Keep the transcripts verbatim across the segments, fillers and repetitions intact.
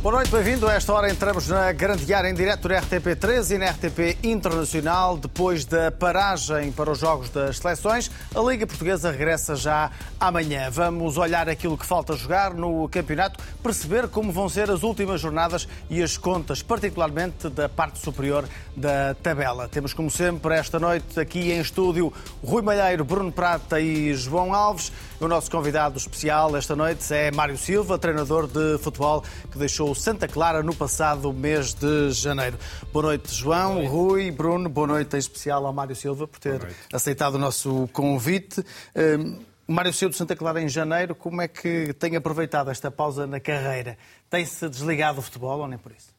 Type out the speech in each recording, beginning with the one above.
Boa noite, bem-vindo. A esta hora entramos na grande área em direto da R T P três e na R T P Internacional. Depois da paragem para os jogos das seleções, a Liga Portuguesa regressa já amanhã. Vamos olhar aquilo que falta jogar no campeonato, perceber como vão ser as últimas jornadas e as contas, particularmente da parte superior da tabela. Temos, como sempre, esta noite aqui em estúdio, Rui Malheiro, Bruno Prata e João Alves. O nosso convidado especial esta noite é Mário Silva, treinador de futebol que deixou Santa Clara no passado mês de janeiro. Boa noite, João, boa noite. Rui, Bruno. Boa noite em especial ao Mário Silva por ter aceitado o nosso convite. Um, Mário Silva de Santa Clara em janeiro, como é que tem aproveitado esta pausa na carreira? Tem-se desligado do futebol ou nem por isso?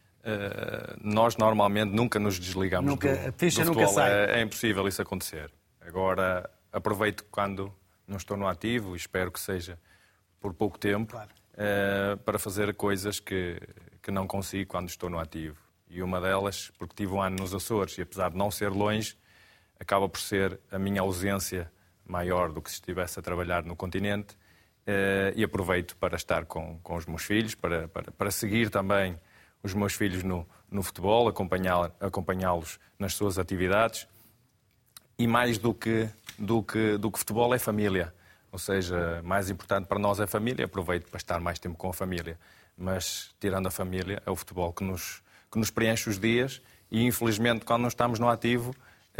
Uh, nós normalmente nunca nos desligamos nunca, do, a ficha do nunca futebol. sai. É, é impossível isso acontecer. Agora, aproveito quando não estou no ativo, e espero que seja por pouco tempo, claro. uh, para fazer coisas que, que não consigo quando estou no ativo. E uma delas, porque tive um ano nos Açores, e apesar de não ser longe, acaba por ser a minha ausência maior do que se estivesse a trabalhar no continente, uh, e aproveito para estar com, com os meus filhos, para, para, para seguir também os meus filhos no, no futebol, acompanhá, acompanhá-los nas suas atividades. E mais do que, do, que, do que futebol é família. Ou seja, mais importante para nós é família. Aproveito para estar mais tempo com a família. Mas, tirando a família, é o futebol que nos, que nos preenche os dias. E, infelizmente, quando não estamos no ativo,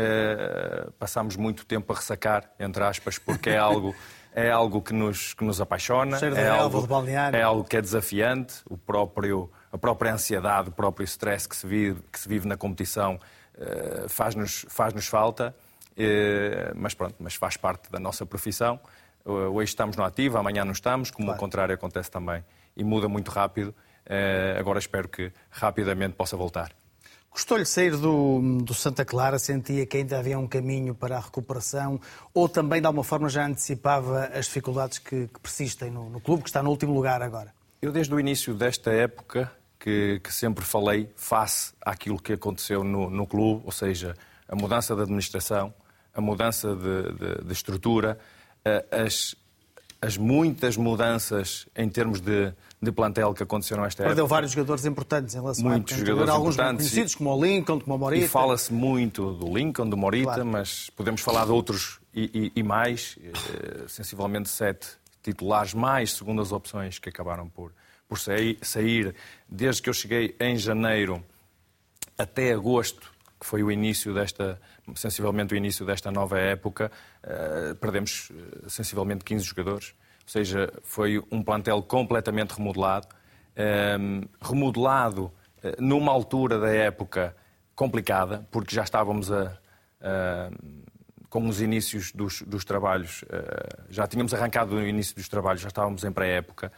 eh, passamos muito tempo a ressacar, entre aspas, porque é algo, é algo que, nos, que nos apaixona. É algo, é algo que é desafiante. O próprio, a própria ansiedade, o próprio stress que se vive, que se vive na competição eh, faz-nos, faz-nos falta. Uh, mas pronto, mas faz parte da nossa profissão. Uh, hoje estamos no ativo, amanhã não estamos, como claro. O contrário acontece também. E muda muito rápido. Uh, agora espero que rapidamente possa voltar. Gostou-lhe sair do, do Santa Clara? Sentia que ainda havia um caminho para a recuperação? Ou também, de alguma forma, já antecipava as dificuldades que, que persistem no, no clube, que está no último lugar agora? Eu, desde o início desta época, que, que sempre falei face àquilo que aconteceu no, no clube, ou seja, a mudança de administração, a mudança de, de, de estrutura, as, as muitas mudanças em termos de, de plantel que aconteceram nesta época. Perdeu vários jogadores importantes em relação Muitos à época. jogadores alguns importantes. Conhecidos, como o Lincoln, como o Morita. E fala-se muito do Lincoln, do Morita, claro. Mas podemos falar de outros e, e, e mais. Sensivelmente sete titulares, mais segundo as opções que acabaram por, por sair, sair. Desde que eu cheguei em janeiro até agosto, que foi o início desta, sensivelmente o início desta nova época, uh, perdemos uh, sensivelmente quinze jogadores. Ou seja, foi um plantel completamente remodelado. Um, remodelado uh, numa altura da época complicada, porque já estávamos a, uh, com os inícios dos, dos trabalhos, uh, já tínhamos arrancado no início dos trabalhos, já estávamos em pré-época,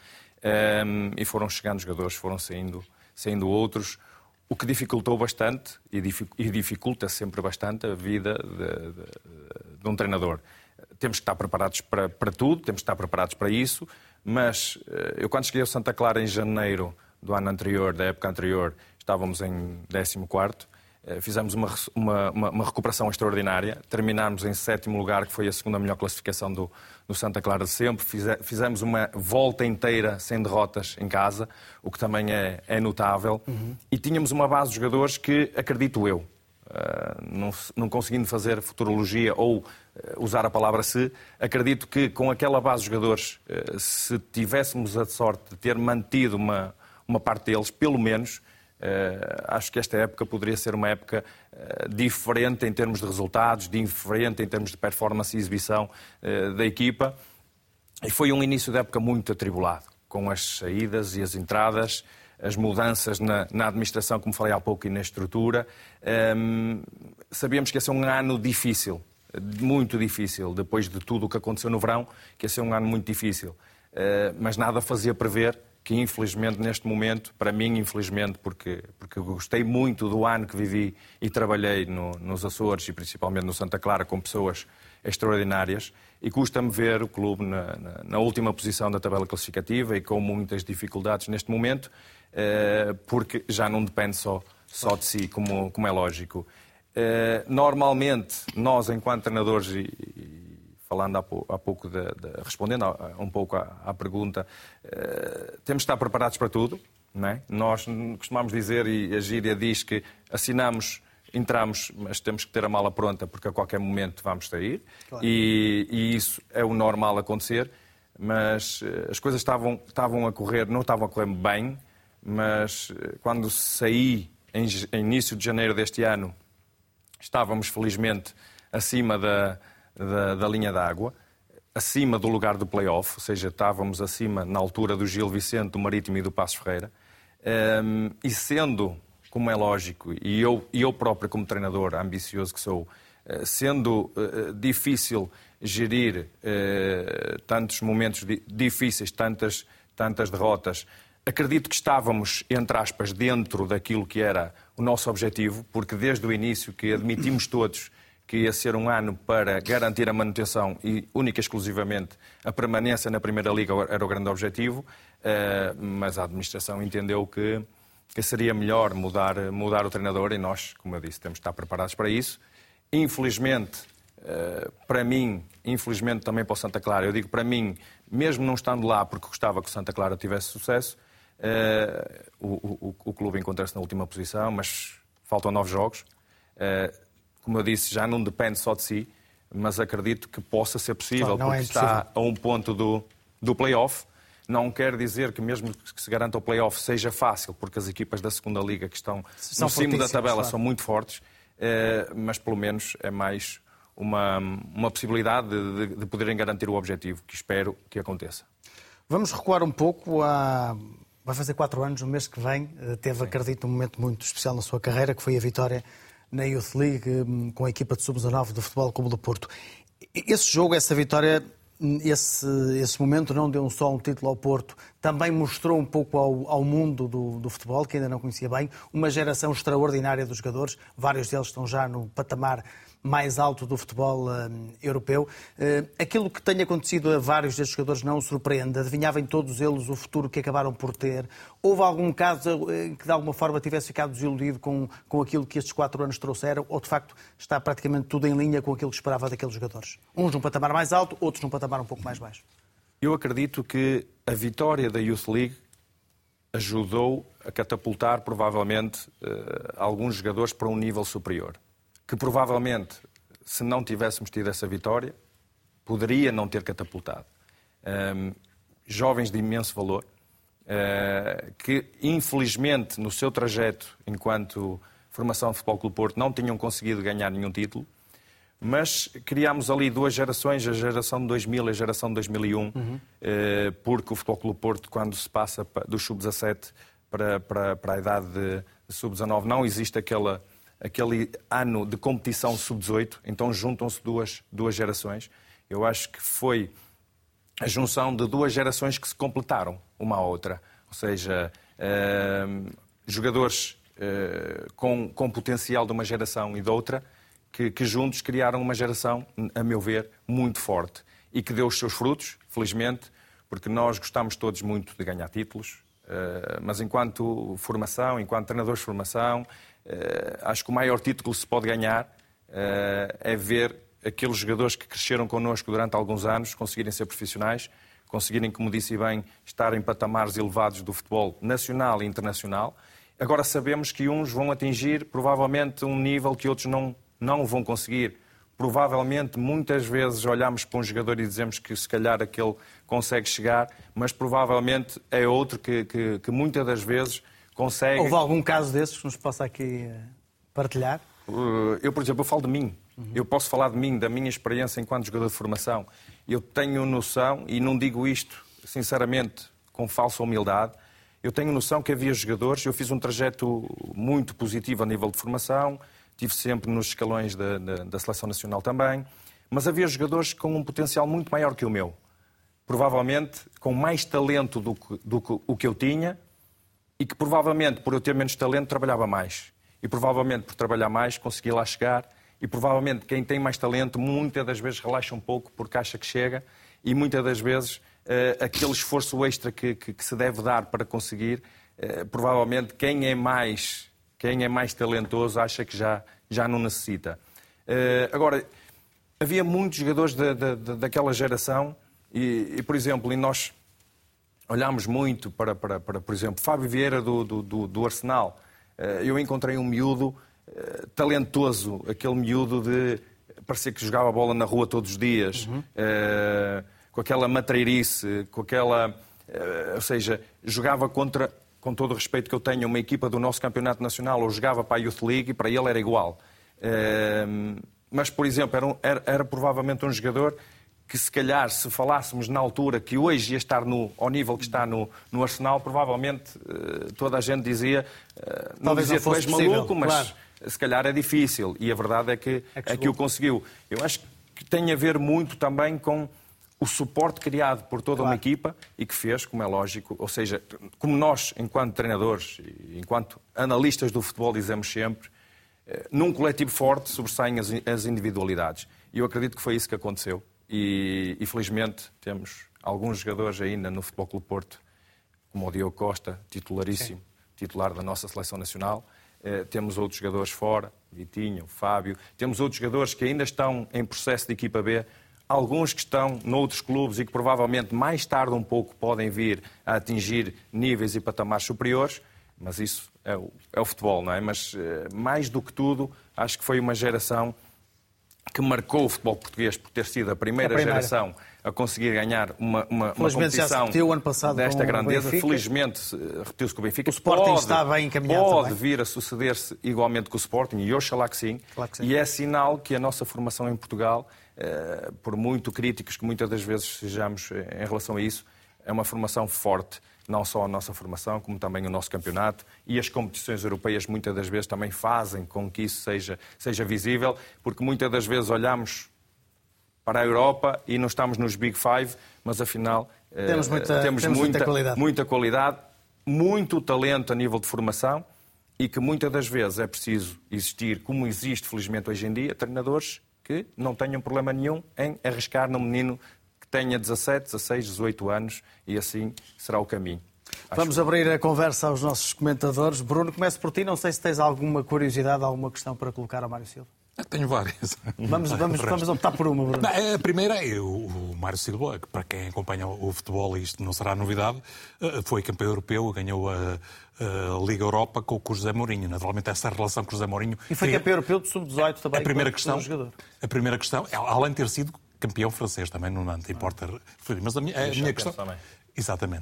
um, e foram chegando jogadores, foram saindo, saindo outros, o que dificultou bastante, e dificulta sempre bastante, a vida de, de, de um treinador. Temos que estar preparados para, para tudo, temos que estar preparados para isso, mas eu, quando cheguei ao Santa Clara em janeiro do ano anterior, da época anterior, estávamos em décimo quarto, fizemos uma, uma, uma recuperação extraordinária, terminámos em sétimo lugar, que foi a segunda melhor classificação do, do Santa Clara de sempre. Fizemos uma volta inteira sem derrotas em casa, o que também é, é notável. Uhum. E tínhamos uma base de jogadores que, acredito eu, uh, não, não conseguindo fazer futurologia ou uh, usar a palavra se, acredito que com aquela base de jogadores, uh, se tivéssemos a sorte de ter mantido uma, uma parte deles, pelo menos, Uh, acho que esta época poderia ser uma época uh, diferente em termos de resultados, diferente em termos de performance e exibição uh, da equipa. E foi um início de época muito atribulado, com as saídas e as entradas, as mudanças na, na administração, como falei há pouco, e na estrutura. Um, sabíamos que ia ser um ano difícil, muito difícil, depois de tudo o que aconteceu no verão, que ia ser um ano muito difícil. Uh, mas nada fazia prever que, infelizmente, neste momento, para mim, infelizmente, porque, porque eu gostei muito do ano que vivi e trabalhei no, nos Açores e principalmente no Santa Clara com pessoas extraordinárias, e custa-me ver o clube na, na, na última posição da tabela classificativa e com muitas dificuldades neste momento, eh, porque já não depende só, só de si, como, como é lógico. Eh, normalmente, nós, enquanto treinadores, e, e falando há pouco, há pouco de, de, respondendo a, a um pouco à, à pergunta, uh, temos de estar preparados para tudo, não é? Nós costumamos dizer, e a gíria diz que assinamos, entramos, mas temos que ter a mala pronta porque a qualquer momento vamos sair. Claro. E, e isso é o normal acontecer, mas as coisas estavam, estavam a correr, não estavam a correr bem, mas quando saí em, em início de janeiro deste ano, estávamos felizmente acima da, da, da linha d'água, acima do lugar do play-off, ou seja, estávamos acima na altura do Gil Vicente, do Marítimo e do Passos Ferreira, um, e sendo, como é lógico, e eu, e eu próprio como treinador ambicioso que sou, uh, sendo uh, difícil gerir uh, tantos momentos di- difíceis, tantas, tantas derrotas, acredito que estávamos, entre aspas, dentro daquilo que era o nosso objetivo, porque desde o início que admitimos todos que ia ser um ano para garantir a manutenção e, única e exclusivamente, a permanência na Primeira Liga era o grande objetivo, mas a administração entendeu que, que seria melhor mudar, mudar o treinador e nós, como eu disse, temos de estar preparados para isso. Infelizmente, para mim, infelizmente também para o Santa Clara, eu digo para mim, mesmo não estando lá porque gostava que o Santa Clara tivesse sucesso, o, o, o clube encontra-se na última posição, mas faltam nove jogos. Como eu disse, já não depende só de si, mas acredito que possa ser possível, claro, porque é está a um ponto do, do play-off. Não quer dizer que mesmo que se garanta o play-off seja fácil, porque as equipas da segunda Liga que estão são no cimo da tabela claro. São muito fortes, mas pelo menos é mais uma, uma possibilidade de, de, de poderem garantir o objetivo, que espero que aconteça. Vamos recuar um pouco a... Vai fazer quatro anos, no mês que vem, teve, Sim. acredito, um momento muito especial na sua carreira, que foi a vitória na Youth League com a equipa de sub dezanove do Futebol Clube do Porto. Esse jogo, essa vitória, esse, esse momento não deu só um título ao Porto, também mostrou um pouco ao, ao mundo do, do futebol, que ainda não conhecia bem, uma geração extraordinária de jogadores, vários deles estão já no patamar mais alto do futebol uh, europeu. Uh, aquilo que tem acontecido a vários destes jogadores não surpreende. Adivinhavam todos eles o futuro que acabaram por ter? Houve algum caso que de alguma forma tivesse ficado desiludido com, com aquilo que estes quatro anos trouxeram? Ou de facto está praticamente tudo em linha com aquilo que esperava daqueles jogadores? Uns num patamar mais alto, outros num patamar um pouco mais baixo. Eu acredito que a vitória da Youth League ajudou a catapultar provavelmente uh, alguns jogadores para um nível superior. Que provavelmente, se não tivéssemos tido essa vitória, poderia não ter catapultado. Um, jovens de imenso valor, uh, que infelizmente no seu trajeto enquanto formação de Futebol Clube Porto não tinham conseguido ganhar nenhum título, mas criámos ali duas gerações, a geração de dois mil e a geração de dois mil e um, uhum. uh, porque o Futebol Clube Porto, quando se passa do sub dezassete para, para, para a idade de, de sub dezanove, não existe aquela... aquele ano de competição sub dezoito, então juntam-se duas, duas gerações. Eu acho que foi a junção de duas gerações que se completaram uma à outra. Ou seja, uh, jogadores uh, com, com potencial de uma geração e de outra, que, que juntos criaram uma geração, a meu ver, muito forte. E que deu os seus frutos, felizmente, porque nós gostamos todos muito de ganhar títulos, uh, mas enquanto formação, enquanto treinadores de formação, Uh, acho que o maior título que se pode ganhar uh, é ver aqueles jogadores que cresceram connosco durante alguns anos conseguirem ser profissionais, conseguirem, como disse bem, estar em patamares elevados do futebol nacional e internacional. Agora sabemos que uns vão atingir provavelmente um nível que outros não, não vão conseguir. Provavelmente, muitas vezes olhamos para um jogador e dizemos que se calhar aquele consegue chegar, mas provavelmente é outro que, que, que muitas das vezes consegue... Houve algum caso desses que nos possa aqui partilhar? Eu, por exemplo, eu falo de mim. Uhum. Eu posso falar de mim, da minha experiência enquanto jogador de formação. Eu tenho noção, e não digo isto, sinceramente, com falsa humildade, eu tenho noção que havia jogadores, eu fiz um trajeto muito positivo a nível de formação, estive sempre nos escalões da, da, da Seleção Nacional também, mas havia jogadores com um potencial muito maior que o meu. Provavelmente com mais talento do que, do que o que eu tinha, e que provavelmente, por eu ter menos talento, trabalhava mais. E provavelmente, por trabalhar mais, conseguia lá chegar. E provavelmente, quem tem mais talento, muitas das vezes relaxa um pouco porque acha que chega. E muitas das vezes, uh, aquele esforço extra que, que, que se deve dar para conseguir, uh, provavelmente, quem é mais, quem é mais talentoso acha que já, já não necessita. Uh, agora, havia muitos jogadores da, da, daquela geração e, e, por exemplo, e nós... olhámos muito para, para, para, por exemplo, Fábio Vieira do, do, do Arsenal. Eu encontrei um miúdo talentoso, aquele miúdo de parecer que jogava a bola na rua todos os dias, uhum. uh, com aquela matreirice, com aquela... Uh, ou seja, jogava contra, com todo o respeito que eu tenho, uma equipa do nosso campeonato nacional, ou jogava para a Youth League e para ele era igual. Uh, mas, por exemplo, era, um, era, era provavelmente um jogador que, se calhar, se falássemos na altura que hoje ia estar no, ao nível que está no, no Arsenal, provavelmente uh, toda a gente dizia... Uh, não Talvez dizia que tu és maluco, mas... Claro. Se calhar é difícil, e a verdade é que, é que, é que o conseguiu. Eu acho que tem a ver muito também com o suporte criado por toda claro. Uma equipa e que fez, como é lógico, ou seja, como nós, enquanto treinadores, enquanto analistas do futebol, dizemos sempre, num coletivo forte sobressaem as, as individualidades. E eu acredito que foi isso que aconteceu. E, e felizmente temos alguns jogadores ainda no Futebol Clube Porto, como o Diogo Costa, titularíssimo, Sim. titular da nossa seleção nacional. Uh, temos outros jogadores fora, Vitinho, Fábio. Temos outros jogadores que ainda estão em processo de equipa B. Alguns que estão noutros clubes e que provavelmente mais tarde um pouco podem vir a atingir níveis e patamares superiores. Mas isso é o, é o futebol, não é? Mas uh, mais do que tudo, acho que foi uma geração que marcou o futebol português por ter sido a primeira, a primeira. geração a conseguir ganhar uma, uma, uma competição ano passado desta grandeza. Felizmente repetiu-se com o Benfica. O Sporting pode, está bem encaminhado Pode também. vir a suceder-se igualmente com o Sporting, e oxalá que sim. Claro que sim. E é sinal que a nossa formação em Portugal, eh, por muito críticos que muitas das vezes sejamos em relação a isso, é uma formação forte. Não só a nossa formação, como também o nosso campeonato, e as competições europeias muitas das vezes também fazem com que isso seja, seja visível, porque muitas das vezes olhamos para a Europa e não estamos nos Big Five, mas afinal temos muita, uh, temos temos muita, muita qualidade. muita qualidade, muito talento a nível de formação, e que muitas das vezes é preciso existir, como existe felizmente hoje em dia, treinadores que não tenham problema nenhum em arriscar no menino tenha dezassete, dezasseis, dezoito anos, e assim será o caminho. Vamos Acho... abrir a conversa aos nossos comentadores. Bruno, começo por ti. Não sei se tens alguma curiosidade, alguma questão para colocar ao Mário Silva. Tenho várias. Vamos, vamos, vamos optar por uma, Bruno. Não, a primeira é o, o Mário Silva, que para quem acompanha o futebol, isto não será novidade, foi campeão europeu, ganhou a, a Liga Europa com o José Mourinho. Naturalmente, essa relação com o José Mourinho... E foi tem... campeão europeu de sub dezoito também. A primeira questão, jogador. A primeira questão, além de ter sido campeão francês também, não, não te importa referir. Mas a minha, a minha questão... Também. Exatamente.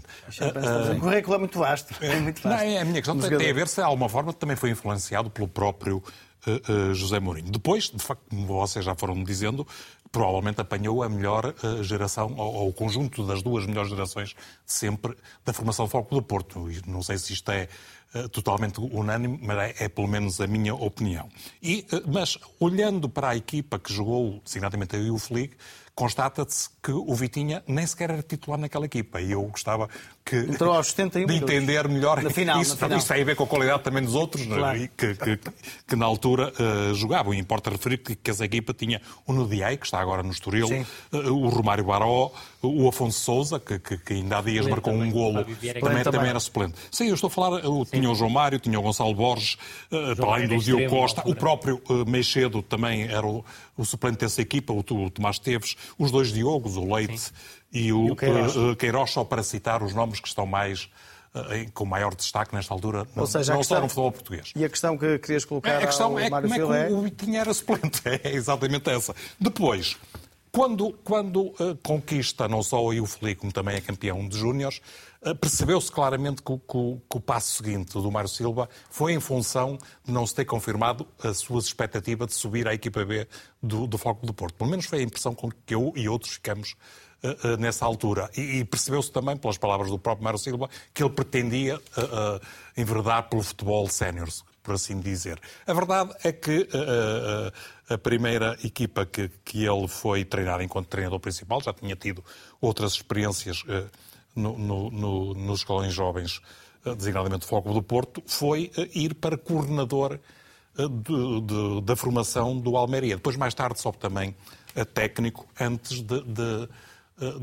O currículo é muito vasto. É muito vasto. Não, a minha questão tem, tem a ver se, de alguma forma, também foi influenciado pelo próprio uh, uh, José Mourinho. Depois, de facto, como vocês já foram dizendo, provavelmente apanhou a melhor uh, geração, ou, ou o conjunto das duas melhores gerações sempre da formação do Futebol do Porto. E não sei se isto é uh, totalmente unânime, mas é, é pelo menos a minha opinião. E, uh, mas, olhando para a equipa que jogou, designadamente a Youth League, constata-se que o Vitinha nem sequer era titular naquela equipa. E eu gostava que, Entrou aos setenta e um de entender melhor na final, isso. na final. Isso tem a ver com a qualidade também dos outros, claro. Né? que, que, que na altura uh, jogavam. E importa referir que, que essa equipa tinha o Nudiay, que está agora no Estoril, uh, o Romário Baró, o Afonso Sousa, que, que, que ainda há dias Suplente marcou também. um golo, também, também, também era suplente. Sim, eu estou a falar, eu tinha o João Mário, tinha o Gonçalo Borges, uh, para além do Diogo Costa, o próprio uh, Meixedo também era o, o suplente dessa equipa, o, o Tomás Teves, os dois Diogos, o Leite Sim. e o, e o Queiroz. Uh, Queiroz, só para citar os nomes que estão mais... com maior destaque nesta altura, não, seja, não questão, só no futebol português. E a questão que querias colocar a questão ao é Mário como Silva é que o Vitinha era suplente. É exatamente essa. Depois, quando, quando uh, conquista não só o Youth League, como também é campeão de júniores, uh, percebeu-se claramente que, que, que o passo seguinte do Mário Silva foi em função de não se ter confirmado a sua expectativa de subir à equipa B do, do Futebol do Porto. Pelo menos foi a impressão com que eu e outros ficamos uh, uh, nessa altura. E, e percebeu-se também, pelas palavras do próprio Mário Silva, que ele pretendia uh, uh, enverdar pelo futebol sénior, por assim dizer. A verdade é que uh, uh, a primeira equipa que, que ele foi treinar enquanto treinador principal, já tinha tido outras experiências uh, no, no, no, nos escalões jovens, uh, designadamente do Futebol do Porto, foi uh, ir para coordenador uh, de, de, da formação do Almeria. Depois, mais tarde, soube também a técnico, antes de, de, de,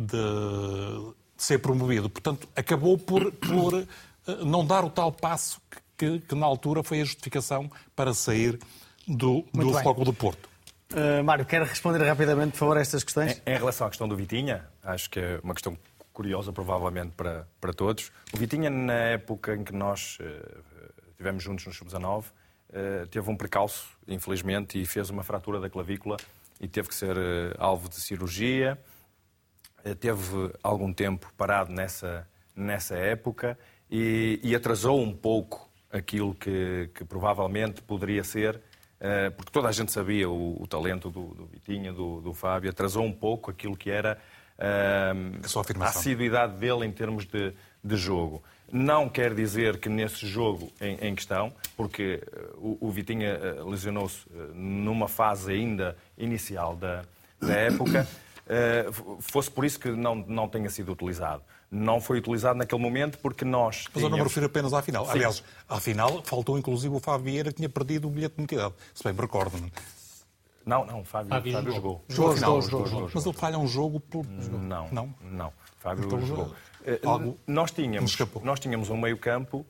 de ser promovido. Portanto, acabou por, por uh, não dar o tal passo que Que, que na altura foi a justificação para sair do, do Futebol do Porto. Uh, Mário, quer responder rapidamente, por favor, a estas questões? Em, em relação à questão do Vitinha, acho que é uma questão curiosa, provavelmente, para, para todos. O Vitinha, na época em que nós uh, estivemos juntos no sub dezanove, uh, teve um precalço, infelizmente, e fez uma fratura da clavícula e teve que ser uh, alvo de cirurgia. Uh, teve algum tempo parado nessa, nessa época e, e atrasou um pouco aquilo que, que provavelmente poderia ser, uh, porque toda a gente sabia o, o talento do, do Vitinha, do, do Fábio, atrasou um pouco aquilo que era uh, a, a assiduidade dele em termos de, de jogo. Não quer dizer que nesse jogo em, em questão, porque o, o Vitinha uh, lesionou-se uh, numa fase ainda inicial da, da época, uh, fosse por isso que não, não tenha sido utilizado. Não foi utilizado naquele momento porque nós tínhamos... Mas eu não me refiro apenas à final. Sim. Aliás, à final faltou inclusive o Fábio Vieira, que tinha perdido o bilhete de identidade. Se bem me recordo-me. Não, não, o Fábio, Fábio, Fábio jogou. Jogou, jogou, jogou, jogou. Mas ele falha um jogo... Por... Não, não, não. Fábio então, jogou. Algo nós, tínhamos, nós tínhamos um meio-campo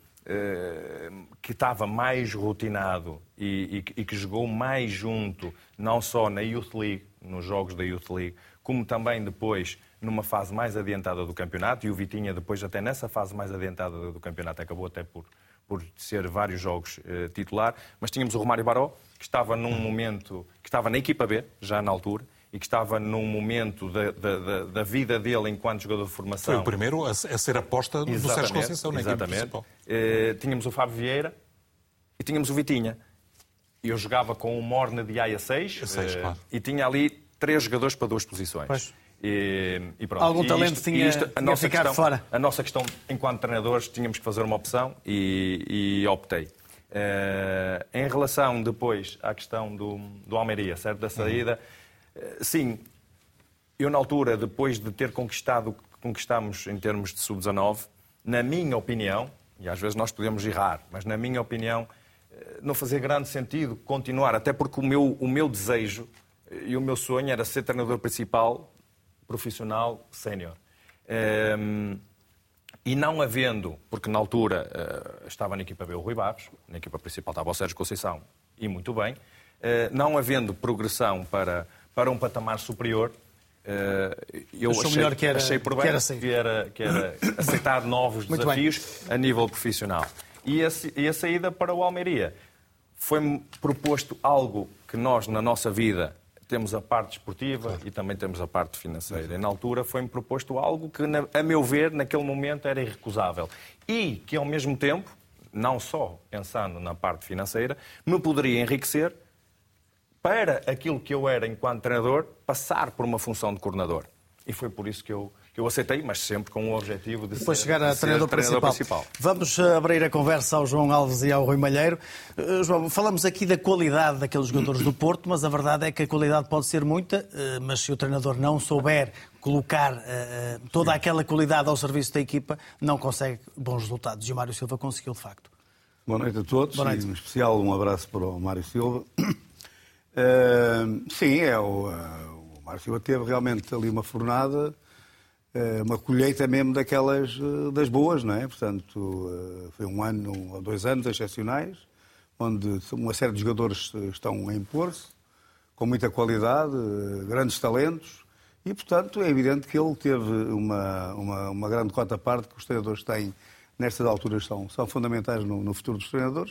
uh, que estava mais rotinado e, e, e que jogou mais junto, não só na Youth League, nos jogos da Youth League, como também depois numa fase mais adiantada do campeonato, e o Vitinha depois até nessa fase mais adiantada do campeonato acabou até por, por ser vários jogos uh, titular, mas tínhamos o Romário Baró, que estava num momento, que estava na equipa B, já na altura, e que estava num momento da, da, da vida dele enquanto jogador de formação. Foi o primeiro a, a ser aposta do Sérgio Conceição na equipa principal. Uh, tínhamos o Fábio Vieira e tínhamos o Vitinha. Eu jogava com o Morne de Aia seis, seis uh, claro. E tinha ali três jogadores para duas posições. Pois. E, e pronto. Algum e talento isto, tinha, isto, a tinha nossa ficado questão, fora. A nossa questão, enquanto treinadores, tínhamos que fazer uma opção e, e optei. Uh, em relação depois à questão do, do Almeria, certo? Da saída, uh, sim, eu na altura, depois de ter conquistado o que conquistamos em termos de sub dezanove, na minha opinião, e às vezes nós podemos errar, mas na minha opinião, uh, não fazia grande sentido continuar, até porque o meu, o meu desejo e o meu sonho era ser treinador principal profissional sénior. Um, e não havendo, porque na altura uh, estava na equipa B o Rui Barros, na equipa principal estava o Sérgio Conceição, e muito bem, uh, não havendo progressão para, para um patamar superior, uh, eu achei, que era, achei por bem que era, que era, que era aceitar novos desafios a nível profissional. E a, e a saída para o Almeria. Foi-me proposto algo que nós, na nossa vida, temos a parte desportiva claro. E também temos a parte financeira. E na altura foi-me proposto algo que, a meu ver, naquele momento era irrecusável. E que, ao mesmo tempo, não só pensando na parte financeira, me poderia enriquecer para aquilo que eu era enquanto treinador, passar por uma função de coordenador. E foi por isso que eu, que eu aceitei, mas sempre com o objetivo de Depois ser, chegar a de treinador, treinador principal. principal. Vamos abrir a conversa ao João Alves e ao Rui Malheiro. Uh, João, falamos aqui da qualidade daqueles jogadores do Porto, mas a verdade é que a qualidade pode ser muita, uh, mas se o treinador não souber colocar uh, toda aquela qualidade ao serviço da equipa, não consegue bons resultados. E o Mário Silva conseguiu, de facto. Boa noite a todos. Boa noite. E, em especial, um abraço para o Mário Silva. Uh, sim, é o, uh, o Mário Silva teve realmente ali uma fornada, uma colheita mesmo daquelas das boas, não é? Portanto, foi um ano ou dois anos excepcionais, onde uma série de jogadores estão a impor-se, com muita qualidade, grandes talentos, e, portanto, é evidente que ele teve uma, uma, uma grande cota parte que os treinadores têm, nestas alturas, são, são fundamentais no, no futuro dos treinadores,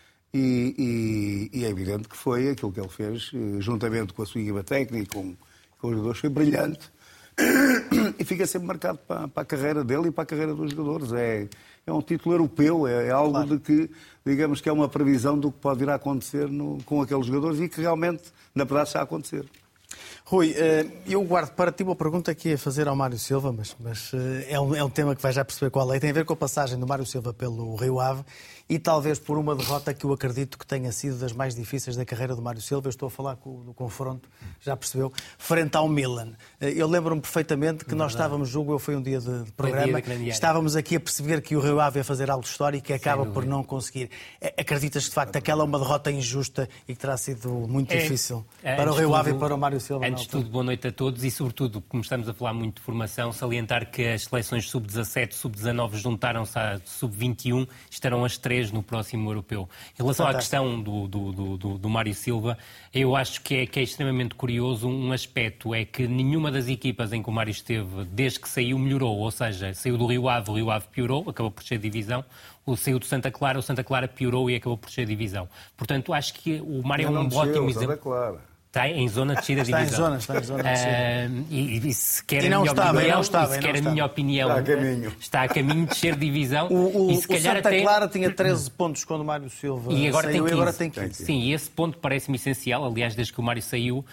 e, e, e é evidente que foi aquilo que ele fez, juntamente com a sua equipa técnica, com, com os jogadores, foi brilhante, e fica sempre marcado para, para a carreira dele e para a carreira dos jogadores. É, é um título europeu, é, é algo claro. De que, digamos que é uma previsão do que pode vir a acontecer no, com aqueles jogadores e que realmente, na verdade, está a acontecer. Rui, eu guardo para ti uma pergunta que ia fazer ao Mário Silva, mas, mas é, um, é um tema que vai já perceber qual é. Tem a ver com a passagem do Mário Silva pelo Rio Ave e talvez por uma derrota que eu acredito que tenha sido das mais difíceis da carreira do Mário Silva. Eu estou a falar do confronto, já percebeu, frente ao Milan. Eu lembro-me perfeitamente que nós estávamos, julgo eu, foi um dia de, de programa, estávamos aqui a perceber que o Rio Ave ia fazer algo histórico e acaba por não conseguir. Acreditas que, de facto, aquela é uma derrota injusta e que terá sido muito é, difícil é, para o Rio Ave e para o Mário Silva. Antes de tudo, boa noite a todos e, sobretudo, como estamos a falar muito de formação, salientar que as seleções sub dezassete, sub dezanove juntaram-se à sub vinte e um, estarão as três no próximo europeu. Em relação Fantástico. à questão do, do, do, do, do Mário Silva, eu acho que é, que é extremamente curioso um aspecto, é que nenhuma das equipas em que o Mário esteve, desde que saiu, melhorou, ou seja, saiu do Rio Ave, o Rio Ave piorou, acabou por ser divisão, o saiu do Santa Clara, o Santa Clara piorou e acabou por ser divisão. Portanto, acho que o Mário é um ótimo exemplo. Está em zona de descida divisão. Está em zona, está em zona de descida. Uh, e, e se quer e não a minha estava, opinião, não estava, e se não quer estava. a minha opinião, está a caminho, está a caminho de ser divisão. O, o, e se calhar o Santa até... Clara tinha treze pontos quando o Mário Silva e agora saiu tem e agora tem quinze. Sim, e esse ponto parece-me essencial. Aliás, desde que o Mário saiu,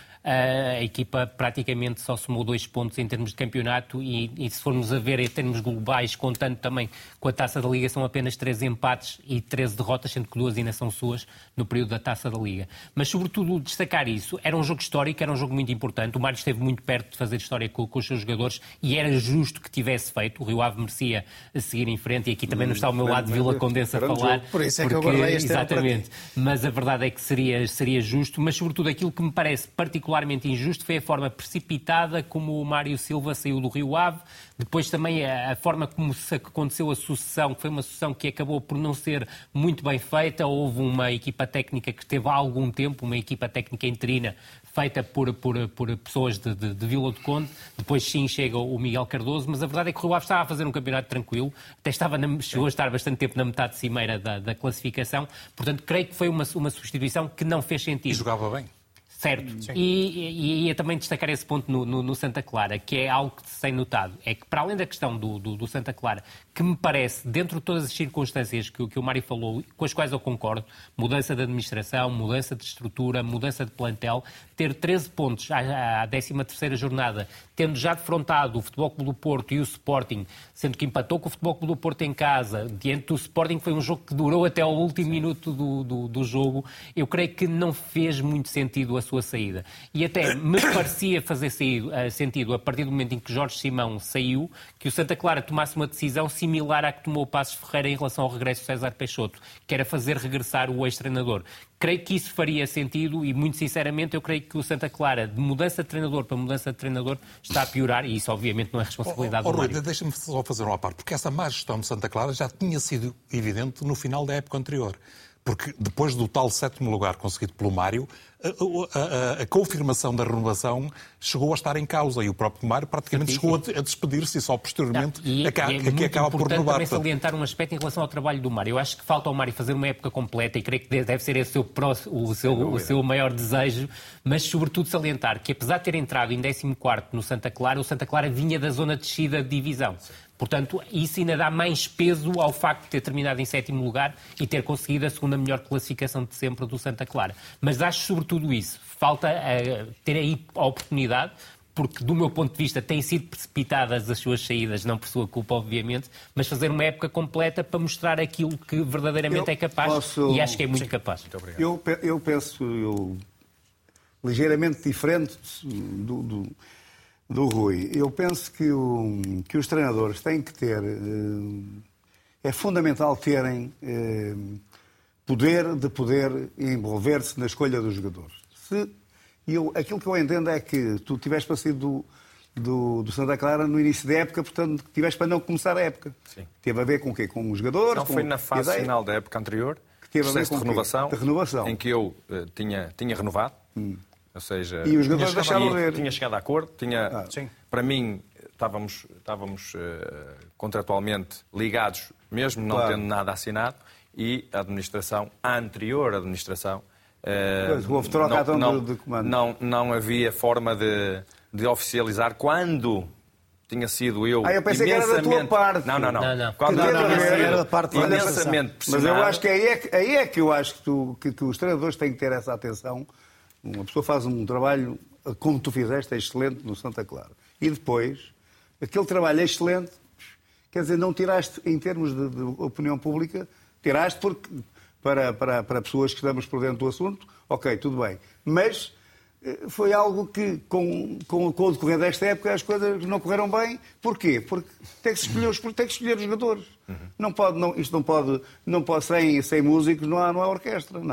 a equipa praticamente só somou dois pontos em termos de campeonato e, e se formos a ver em termos globais, contando também com a Taça da Liga, são apenas treze empates e treze derrotas, sendo que duas ainda são suas no período da Taça da Liga. Mas, sobretudo, destacar isso. Era um jogo histórico, era um jogo muito importante. O Mário esteve muito perto de fazer história com, com os seus jogadores e era justo que tivesse feito. O Rio Ave merecia seguir em frente e aqui também não está ao meu lado de Vila Condense a falar. Por isso é que porque, eu guardei este exatamente. Mas a verdade é que seria, seria justo, mas sobretudo aquilo que me parece particularmente injusto foi a forma precipitada como o Mário Silva saiu do Rio Ave, depois também a, a forma como se aconteceu a sucessão, que foi uma sucessão que acabou por não ser muito bem feita. Houve uma equipa técnica que esteve há algum tempo, uma equipa técnica interina, feita por, por, por pessoas de, de, de Vila do Conde. Depois sim chega o Miguel Cardoso, mas a verdade é que o Rio Ave estava a fazer um campeonato tranquilo, até estava na, chegou a estar bastante tempo na metade cimeira da, da classificação, portanto creio que foi uma, uma substituição que não fez sentido. E jogava bem. Certo. E, e ia também destacar esse ponto no, no, no Santa Clara, que é algo que se tem notado. É que, para além da questão do, do, do Santa Clara, que me parece, dentro de todas as circunstâncias que, que o Mário falou, com as quais eu concordo, mudança de administração, mudança de estrutura, mudança de plantel, ter treze pontos à, à décima terceira jornada, tendo já defrontado o Futebol Clube do Porto e o Sporting, sendo que empatou com o Futebol Clube do Porto em casa, diante do Sporting, foi um jogo que durou até ao último minuto do, do, do jogo, eu creio que não fez muito sentido a sua saída. E até me parecia fazer saído, uh, sentido, a partir do momento em que Jorge Simão saiu, que o Santa Clara tomasse uma decisão similar à que tomou o Passos Ferreira em relação ao regresso de César Peixoto, que era fazer regressar o ex-treinador. Creio que isso faria sentido e, muito sinceramente, eu creio que o Santa Clara, de mudança de treinador para mudança de treinador, está a piorar e isso, obviamente, não é responsabilidade oh, oh, do Mário. Deixa-me só fazer uma parte, porque essa má gestão de Santa Clara já tinha sido evidente no final da época anterior. Porque depois do tal sétimo lugar conseguido pelo Mário, a, a, a, a confirmação da renovação chegou a estar em causa e o próprio Mário praticamente sim, sim. chegou a, a despedir-se e só posteriormente não, e, é que, e é que acaba por renovar. Também salientar um aspecto em relação ao trabalho do Mário. Eu acho que falta ao Mário fazer uma época completa e creio que deve ser esse o seu, o seu, o seu maior desejo, mas sobretudo salientar que apesar de ter entrado em décimo quarto no Santa Clara, o Santa Clara vinha da zona de descida de divisão. Sim. Portanto, isso ainda dá mais peso ao facto de ter terminado em sétimo lugar e ter conseguido a segunda melhor classificação de sempre do Santa Clara. Mas acho sobretudo isso. Falta uh, ter aí a oportunidade, porque do meu ponto de vista têm sido precipitadas as suas saídas, não por sua culpa, obviamente, mas fazer uma época completa para mostrar aquilo que verdadeiramente eu é capaz posso... e acho que é muito Sim. capaz. Muito obrigado. Eu, eu penso eu, ligeiramente diferente do... do... do Rui. Eu penso que, o, que os treinadores têm que ter... É fundamental terem poder de poder envolver-se na escolha dos jogadores. Se, eu, aquilo que eu entendo é que tu tiveste para sair do, do, do Santa Clara no início da época, portanto, tiveste para não começar a época. Sim. Teve a ver com o quê? Com os jogadores? Não, com foi na fase ideia? final da época anterior, que teve processo a ver com de renovação, de renovação, em que eu uh, tinha, tinha renovado. Hum. Ou seja, e os jogadores deixaram tinha, ver. Tinha chegado a acordo, tinha, ah, sim. para mim, estávamos, estávamos uh, contratualmente ligados, mesmo não claro. tendo nada assinado, e a administração, a anterior administração, uh, pois, houve troca não, não, de, de comando. Não, não havia forma de, de oficializar quando tinha sido eu. Ah, eu pensei que era da tua parte. Não, não, não. não, não. Quando não, não, não, era da parte imensamente Mas eu acho que aí é que, aí é que eu acho que, tu, que, que os treinadores têm que ter essa atenção. Uma pessoa faz um trabalho, como tu fizeste, excelente no Santa Clara. E depois, aquele trabalho é excelente, quer dizer, não tiraste, em termos de, de opinião pública, tiraste porque, para, para, para pessoas que estamos por dentro do assunto, ok, tudo bem. Mas foi algo que, com, com, com o decorrer desta época, as coisas não correram bem. Porquê? Porque tem que escolher os, tem que escolher os jogadores. Uhum. Não pode, não, isto não pode, não pode sem, sem músicos, não há, não há orquestra, não é?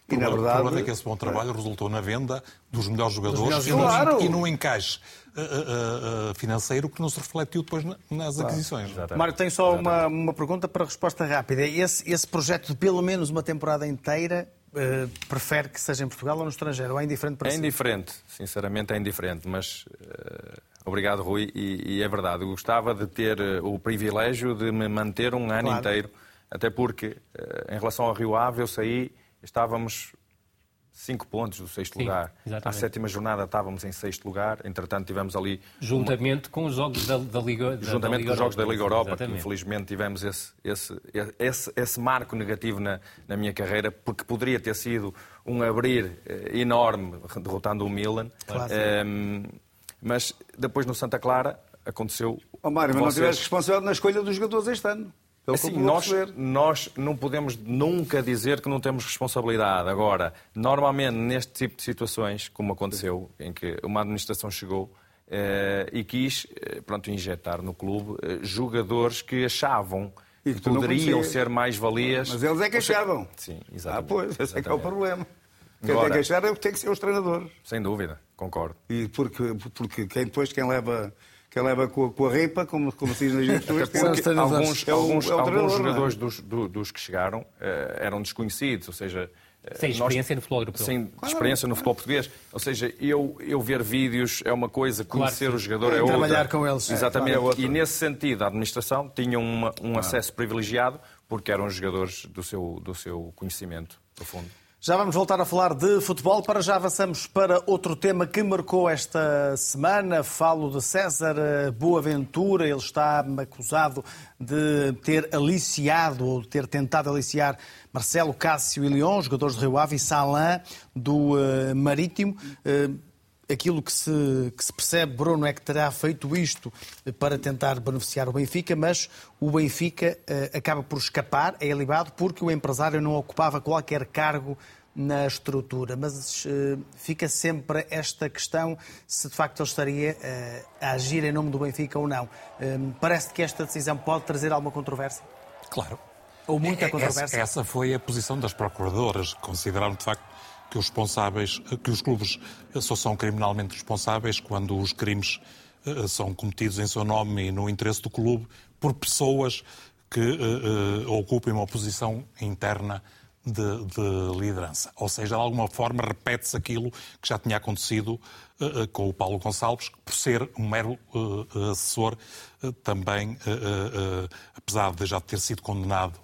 E, na verdade... A verdade é que esse bom trabalho resultou na venda dos melhores jogadores melhores e, no, claro. e no encaixe uh, uh, uh, financeiro que não se refletiu depois nas claro. aquisições. Exatamente. Mário, tenho só uma, uma pergunta para resposta rápida. Esse, esse projeto de pelo menos uma temporada inteira uh, prefere que seja em Portugal ou no estrangeiro? Ou é indiferente para É si? indiferente, sinceramente é indiferente, mas uh, obrigado, Rui, e, e é verdade. Eu gostava de ter uh, o privilégio de me manter um ano claro. inteiro, até porque, uh, em relação ao Rio Ave, eu saí, estávamos cinco pontos do sexto Sim, lugar. exatamente. À sétima jornada estávamos em sexto lugar, entretanto tivemos ali... Juntamente uma... com os jogos da, da Liga da, Juntamente da Liga com os jogos Europa, da Liga Europa, exatamente. que infelizmente tivemos esse, esse, esse, esse marco negativo na, na minha carreira, porque poderia ter sido um abrir eh, enorme, derrotando o Milan. Claro. Um, mas depois no Santa Clara aconteceu... Oh, Mário, mas vocês... não tiveste responsabilidade na escolha dos jogadores este ano. Pelo Assim, que eu nós, perceber. nós não podemos nunca dizer que não temos responsabilidade. Agora, normalmente, neste tipo de situações, como aconteceu, em que uma administração chegou eh, e quis eh, pronto, injetar no clube eh, jogadores que achavam E que, que tu não poderiam conhecias. ser mais valias. Mas eles é que achavam. Sim, Ah, exatamente. pois, esse é que é o Exatamente. problema. Quem tem Agora- que achar é o que tem que ser os treinadores. Sem dúvida, concordo. E porque, porque quem depois, quem leva, quem leva com, a, com a ripa, como, como se diz nas juventudes, Até tem- porque São os treinadores. alguns, é o- alguns, é o alguns treinador, jogadores não é? dos, do- dos que chegaram eh, eram desconhecidos, ou seja... eh, Sem nós- experiência no futebol europeu. Sem experiência no futebol português. Ou seja, eu, eu ver vídeos é uma coisa, conhecer Claro, o jogador É, é outra. trabalhar com eles. Exatamente. É, claro, é outra. E nesse sentido, a administração tinha uma, um acesso privilegiado porque eram jogadores do seu, do seu conhecimento profundo. Já vamos voltar a falar de futebol. Para já avançamos para outro tema que marcou esta semana. Falo de César Boaventura. Ele está acusado de ter aliciado ou de ter tentado aliciar Marcelo Cássio e Leão, jogadores do Rio Ave, e Salã do uh, Marítimo. Uh, Aquilo que se, que se percebe, Bruno, é que terá feito isto para tentar beneficiar o Benfica, mas o Benfica uh, acaba por escapar, é ilibado, porque o empresário não ocupava qualquer cargo na estrutura. Mas uh, fica sempre esta questão se de facto ele estaria uh, a agir em nome do Benfica ou não. Uh, parece que esta decisão pode trazer alguma controvérsia? Claro. Ou muita controvérsia? Essa, essa foi a posição das procuradoras, que consideraram de facto que os responsáveis, que os clubes só são criminalmente responsáveis quando os crimes uh, são cometidos em seu nome e no interesse do clube por pessoas que uh, uh, ocupem uma posição interna de, de liderança. Ou seja, de alguma forma repete-se aquilo que já tinha acontecido uh, uh, com o Paulo Gonçalves, que por ser um mero uh, assessor, uh, também, uh, uh, apesar de já ter sido condenado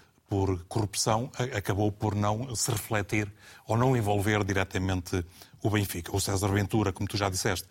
por corrupção, acabou por não se refletir ou não envolver diretamente o Benfica. O César Ventura, como tu já disseste,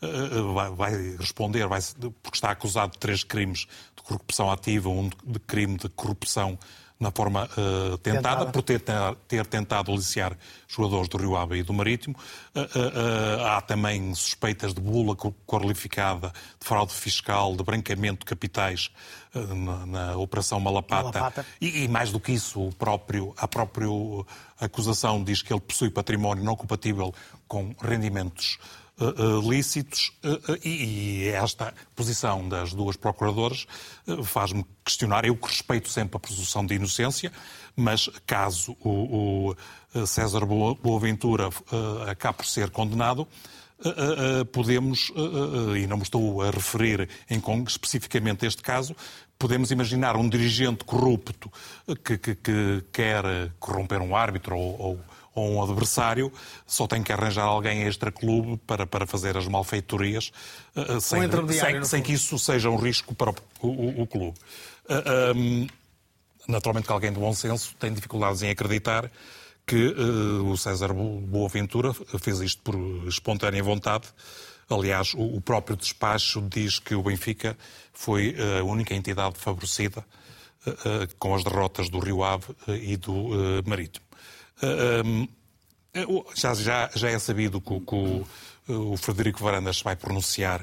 vai responder, vai, porque está acusado de três crimes de corrupção ativa, um de crime de corrupção na forma uh, tentada, tentada, por ter, ter tentado aliciar jogadores do Rio Ave e do Marítimo. Uh, uh, uh, há também suspeitas de bula qualificada, de fraude fiscal, de branqueamento de capitais uh, na, na Operação Malapata. Malapata. E, e mais do que isso, o próprio, a própria acusação diz que ele possui património não compatível com rendimentos Uh, uh, lícitos uh, uh, e, e esta posição das duas procuradoras uh, faz-me questionar. Eu que respeito sempre a presunção de inocência, mas caso o, o César Boaventura uh, acabe por ser condenado, uh, uh, podemos, uh, uh, e não me estou a referir em, especificamente a este caso, podemos imaginar um dirigente corrupto que, que, que quer corromper um árbitro ou, ou ou um adversário, só tem que arranjar alguém extra-clube para, para fazer as malfeitorias, uh, sem, um sem, sem que isso seja um risco para o, o, o clube. Uh, um, naturalmente que alguém de bom senso tem dificuldades em acreditar que uh, o César Boaventura fez isto por espontânea vontade. Aliás, o, o próprio despacho diz que o Benfica foi a única entidade favorecida uh, uh, com as derrotas do Rio Ave uh, e do uh, Marítimo. Uh, um, já, já, já é sabido que, que o, o Frederico Varandas se vai pronunciar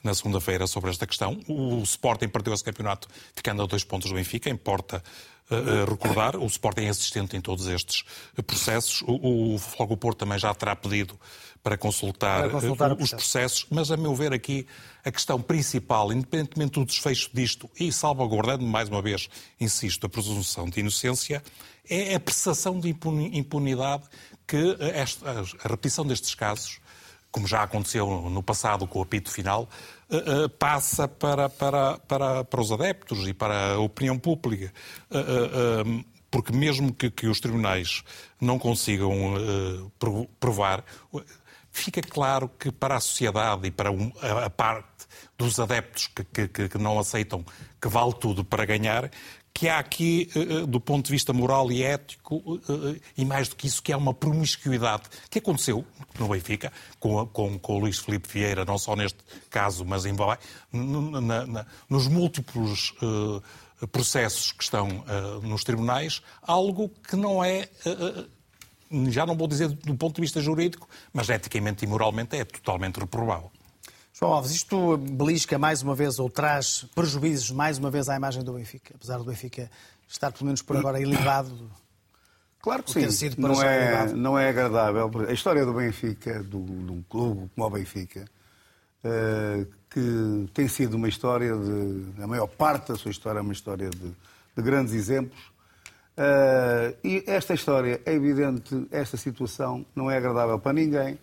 na segunda-feira sobre esta questão. O Sporting perdeu esse campeonato ficando a dois pontos do Benfica, importa uh, recordar. O Sporting é assistente em todos estes processos. O, o Fogo Porto também já terá pedido para consultar, para consultar uh, os processos, mas a meu ver aqui a questão principal, independentemente do desfecho disto e salvaguardando mais uma vez, insisto, a presunção de inocência, é a percepção de impunidade que esta, a repetição destes casos, como já aconteceu no passado com o apito final, passa para, para, para, para os adeptos e para a opinião pública. Porque mesmo que, que os tribunais não consigam provar, fica claro que para a sociedade e para a parte dos adeptos que, que, que não aceitam que vale tudo para ganhar, que há aqui, do ponto de vista moral e ético, e mais do que isso, que há uma promiscuidade que aconteceu no Benfica, com, com, com o Luís Filipe Vieira, não só neste caso, mas em, na, na, nos múltiplos uh, processos que estão uh, nos tribunais, algo que não é, uh, já não vou dizer do ponto de vista jurídico, mas eticamente e moralmente é totalmente reprovável. João Alves, isto belisca mais uma vez ou traz prejuízos mais uma vez à imagem do Benfica, apesar do Benfica estar pelo menos por agora ilibado? Claro que sim, sido não, é, não é agradável. A história do Benfica, de um clube como o Benfica, uh, que tem sido uma história de, a maior parte da sua história é uma história de, de grandes exemplos, uh, e esta história, é evidente, esta situação não é agradável para ninguém.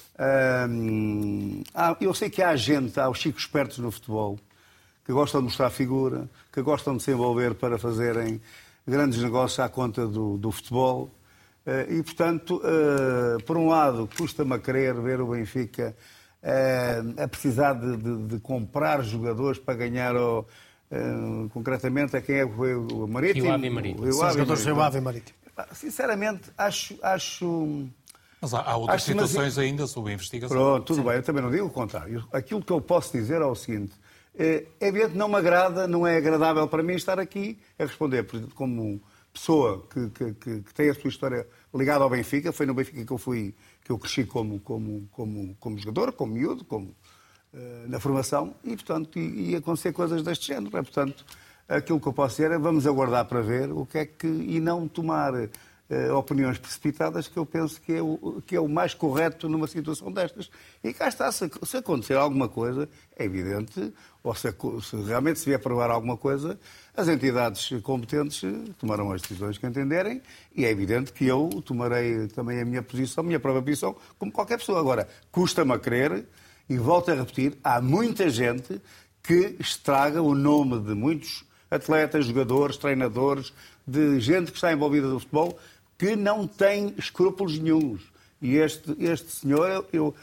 Hum, há, eu sei que há gente, há os chicos espertos no futebol, que gostam de mostrar figura, que gostam de se envolver para fazerem grandes negócios à conta do, do futebol. Uh, e, portanto, uh, por um lado, custa-me a querer ver o Benfica uh, a precisar de, de, de comprar jogadores para ganhar, o, uh, concretamente, a quem é o, o Marítimo. O Ave Marítimo. Os jogadores do Ave Marítimo. Sinceramente, acho... acho Mas há, há outras Acho, situações mas... ainda sob investigação. Pronto, tudo Sim. bem, eu também não digo o contrário. Aquilo que eu posso dizer é o seguinte: é evidente que não me agrada, não é agradável para mim estar aqui a responder, como pessoa que, que, que, que tem a sua história ligada ao Benfica. Foi no Benfica que eu fui, que eu cresci como, como, como, como jogador, como miúdo, como, uh, na formação, e, portanto, e, e acontecer coisas deste género. É, portanto, aquilo que eu posso dizer é vamos aguardar para ver o que é que... e não tomar... Uh, opiniões precipitadas, que eu penso que é, o, que é o mais correto numa situação destas. E cá está, se, se acontecer alguma coisa, é evidente, ou se, se realmente se vier provar alguma coisa, as entidades competentes tomarão as decisões que entenderem, e é evidente que eu tomarei também a minha posição, a minha própria posição, como qualquer pessoa. Agora, custa-me a crer, e volto a repetir, há muita gente que estraga o nome de muitos atletas, jogadores, treinadores, de gente que está envolvida no futebol, que não tem escrúpulos nenhuns. E este, este senhor, eu, eu,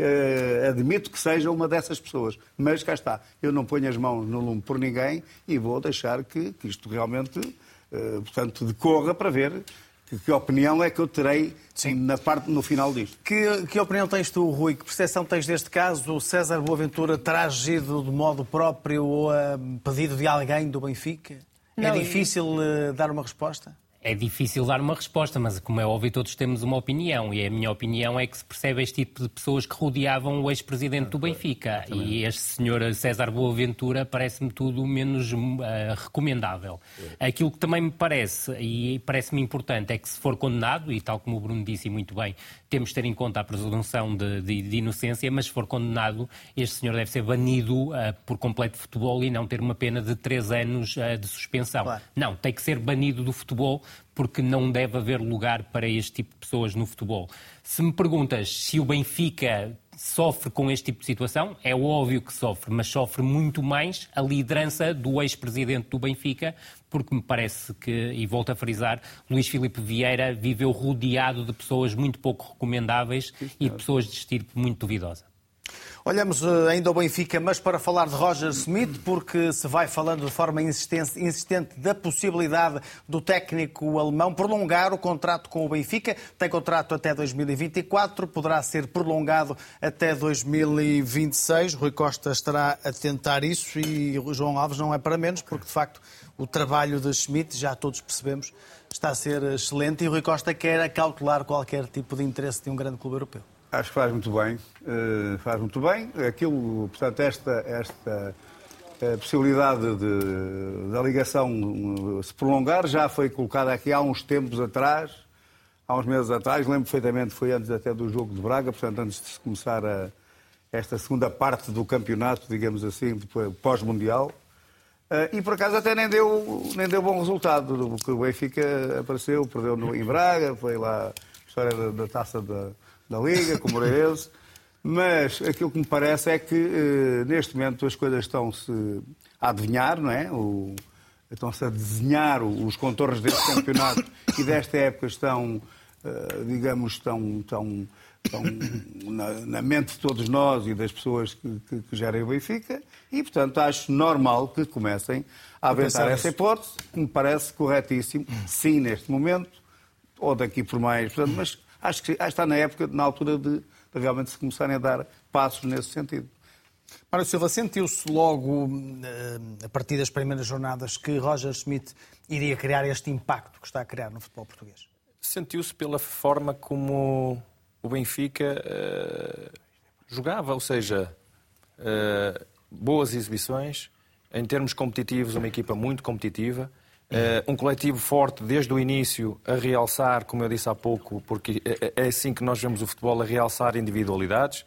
eu admito que seja uma dessas pessoas. Mas cá está, eu não ponho as mãos no lume por ninguém e vou deixar que, que isto realmente, uh, portanto, decorra para ver que, que opinião é que eu terei na parte, no final disto. Que, que opinião tens tu, Rui? Que percepção tens deste caso? O César Boaventura terá agido de modo próprio ou a pedido de alguém do Benfica? Não, é difícil uh, dar uma resposta? É difícil dar uma resposta, mas como é óbvio todos temos uma opinião, e a minha opinião é que se percebe este tipo de pessoas que rodeavam o ex-presidente do Benfica, e este senhor César Boaventura parece-me tudo menos uh, recomendável. Aquilo que também me parece, e parece-me importante, é que se for condenado, e tal como o Bruno disse muito bem, temos de ter em conta a presunção de, de, de inocência, mas se for condenado, este senhor deve ser banido uh, por completo de futebol e não ter uma pena de três anos uh, de suspensão. Claro. Não, tem que ser banido do futebol, porque não deve haver lugar para este tipo de pessoas no futebol. Se me perguntas se o Benfica sofre com este tipo de situação, é óbvio que sofre, mas sofre muito mais a liderança do ex-presidente do Benfica, porque me parece que, e volto a frisar, Luís Filipe Vieira viveu rodeado de pessoas muito pouco recomendáveis e de pessoas de estirpe muito duvidosa. Olhamos ainda ao Benfica, mas para falar de Roger Schmidt, porque se vai falando de forma insistente, insistente da possibilidade do técnico alemão prolongar o contrato com o Benfica. Tem contrato até dois mil e vinte e quatro, poderá ser prolongado até dois mil e vinte e seis. Rui Costa estará a tentar isso e o João Alves não é para menos, porque de facto o trabalho de Schmidt, já todos percebemos, está a ser excelente e o Rui Costa quer acautelar qualquer tipo de interesse de um grande clube europeu. Acho que faz muito bem. Uh, faz muito bem. Aquilo, portanto, esta, esta uh, possibilidade de, da ligação uh, se prolongar já foi colocada aqui há uns tempos atrás, há uns meses atrás. Lembro perfeitamente, foi antes até do jogo de Braga, portanto, antes de se começar a, esta segunda parte do campeonato, digamos assim, pós-mundial. Uh, e, por acaso, até nem deu, nem deu bom resultado, porque o Benfica apareceu, perdeu no, em Braga, foi lá a história da, da taça da... da Liga, com o Moreirense, mas aquilo que me parece é que eh, neste momento as coisas estão-se a adivinhar, não é? O, estão-se a desenhar os contornos deste campeonato e desta época estão, eh, digamos, estão, estão, estão na, na mente de todos nós e das pessoas que, que, que gerem o Benfica e, portanto, acho normal que comecem a aventar essa hipótese, que me parece corretíssimo, sim, neste momento, ou daqui por mais, portanto, mas acho que está na época, na altura de, de realmente se começarem a dar passos nesse sentido. Mário Silva, sentiu-se logo, a partir das primeiras jornadas, que Roger Schmidt iria criar este impacto que está a criar no futebol português? Sentiu-se pela forma como o Benfica uh, jogava, ou seja, uh, boas exibições, em termos competitivos, uma equipa muito competitiva, Uh, um coletivo forte desde o início a realçar, como eu disse há pouco, porque é, é assim que nós vemos o futebol, a realçar individualidades.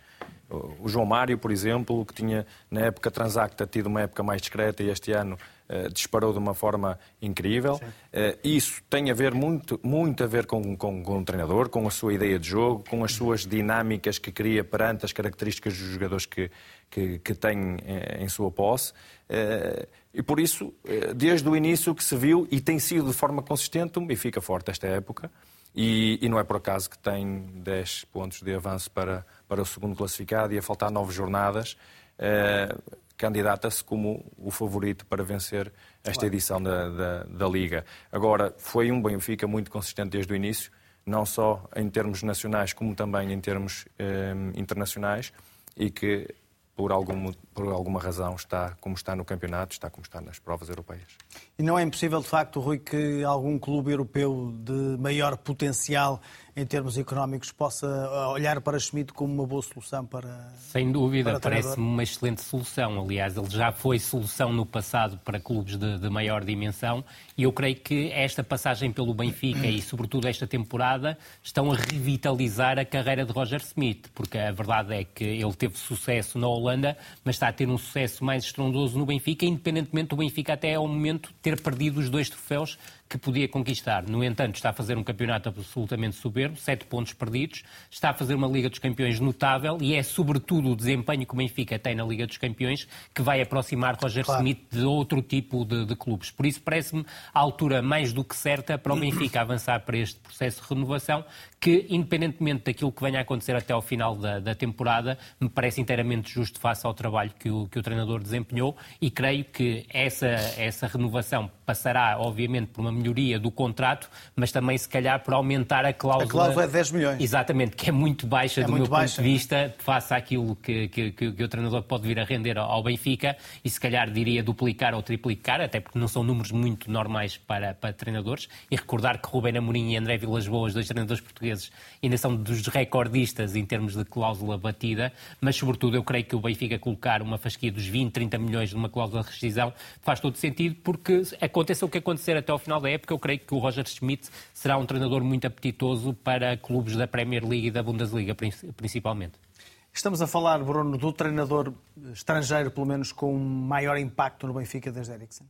O João Mário, por exemplo, que tinha na época Transacta tido uma época mais discreta e este ano uh, disparou de uma forma incrível. Uh, isso tem a ver muito, muito a ver com, com, com o treinador, com a sua ideia de jogo, com as suas dinâmicas que cria perante as características dos jogadores que, que, que tem em sua posse. Uh, e por isso, uh, desde o início que se viu, e tem sido de forma consistente, o Benfica forte esta época. E, e não é por acaso que tem dez pontos de avanço para, para o segundo classificado e a faltar nove jornadas, eh, candidata-se como o favorito para vencer esta edição da, da, da Liga. Agora, foi um Benfica muito consistente desde o início, não só em termos nacionais como também em termos eh, internacionais, e que por, algum, por alguma razão está como está no campeonato, está como está nas provas europeias. E não é impossível, de facto, Rui, que algum clube europeu de maior potencial em termos económicos possa olhar para Schmidt como uma boa solução para... Sem dúvida, parece-me uma excelente solução. Aliás, ele já foi solução no passado para clubes de, de maior dimensão e eu creio que esta passagem pelo Benfica e, sobretudo, esta temporada estão a revitalizar a carreira de Roger Schmidt, porque a verdade é que ele teve sucesso na Holanda, mas está a ter um sucesso mais estrondoso no Benfica, independentemente do Benfica até ao momento ter perdido os dois troféus que podia conquistar. No entanto, está a fazer um campeonato absolutamente soberbo, sete pontos perdidos, está a fazer uma Liga dos Campeões notável e é sobretudo o desempenho que o Benfica tem na Liga dos Campeões que vai aproximar Roger claro. Schmidt de outro tipo de, de clubes. Por isso parece-me a altura mais do que certa para o Benfica avançar para este processo de renovação que, independentemente daquilo que venha a acontecer até ao final da, da temporada, me parece inteiramente justo face ao trabalho que o, que o treinador desempenhou e creio que essa, essa renovação passará, obviamente, por uma melhoria do contrato, mas também, se calhar, por aumentar a cláusula... A cláusula é dez milhões. Exatamente, que é muito baixa é do muito meu baixa, ponto de vista, face àquilo que, que, que, que o treinador pode vir a render ao Benfica e, se calhar, diria duplicar ou triplicar, até porque não são números muito normais para, para treinadores. E recordar que Rubén Amorim e André Vilas-Boas, dois treinadores portugueses, ainda são dos recordistas em termos de cláusula batida, mas, sobretudo, eu creio que o Benfica colocar uma fasquia dos vinte, trinta milhões de uma cláusula de rescisão faz todo sentido, porque aconteça o que acontecer até ao final da época, eu creio que o Roger Schmidt será um treinador muito apetitoso para clubes da Premier League e da Bundesliga, principalmente. Estamos a falar, Bruno, do treinador estrangeiro, pelo menos, com maior impacto no Benfica desde Eriksen.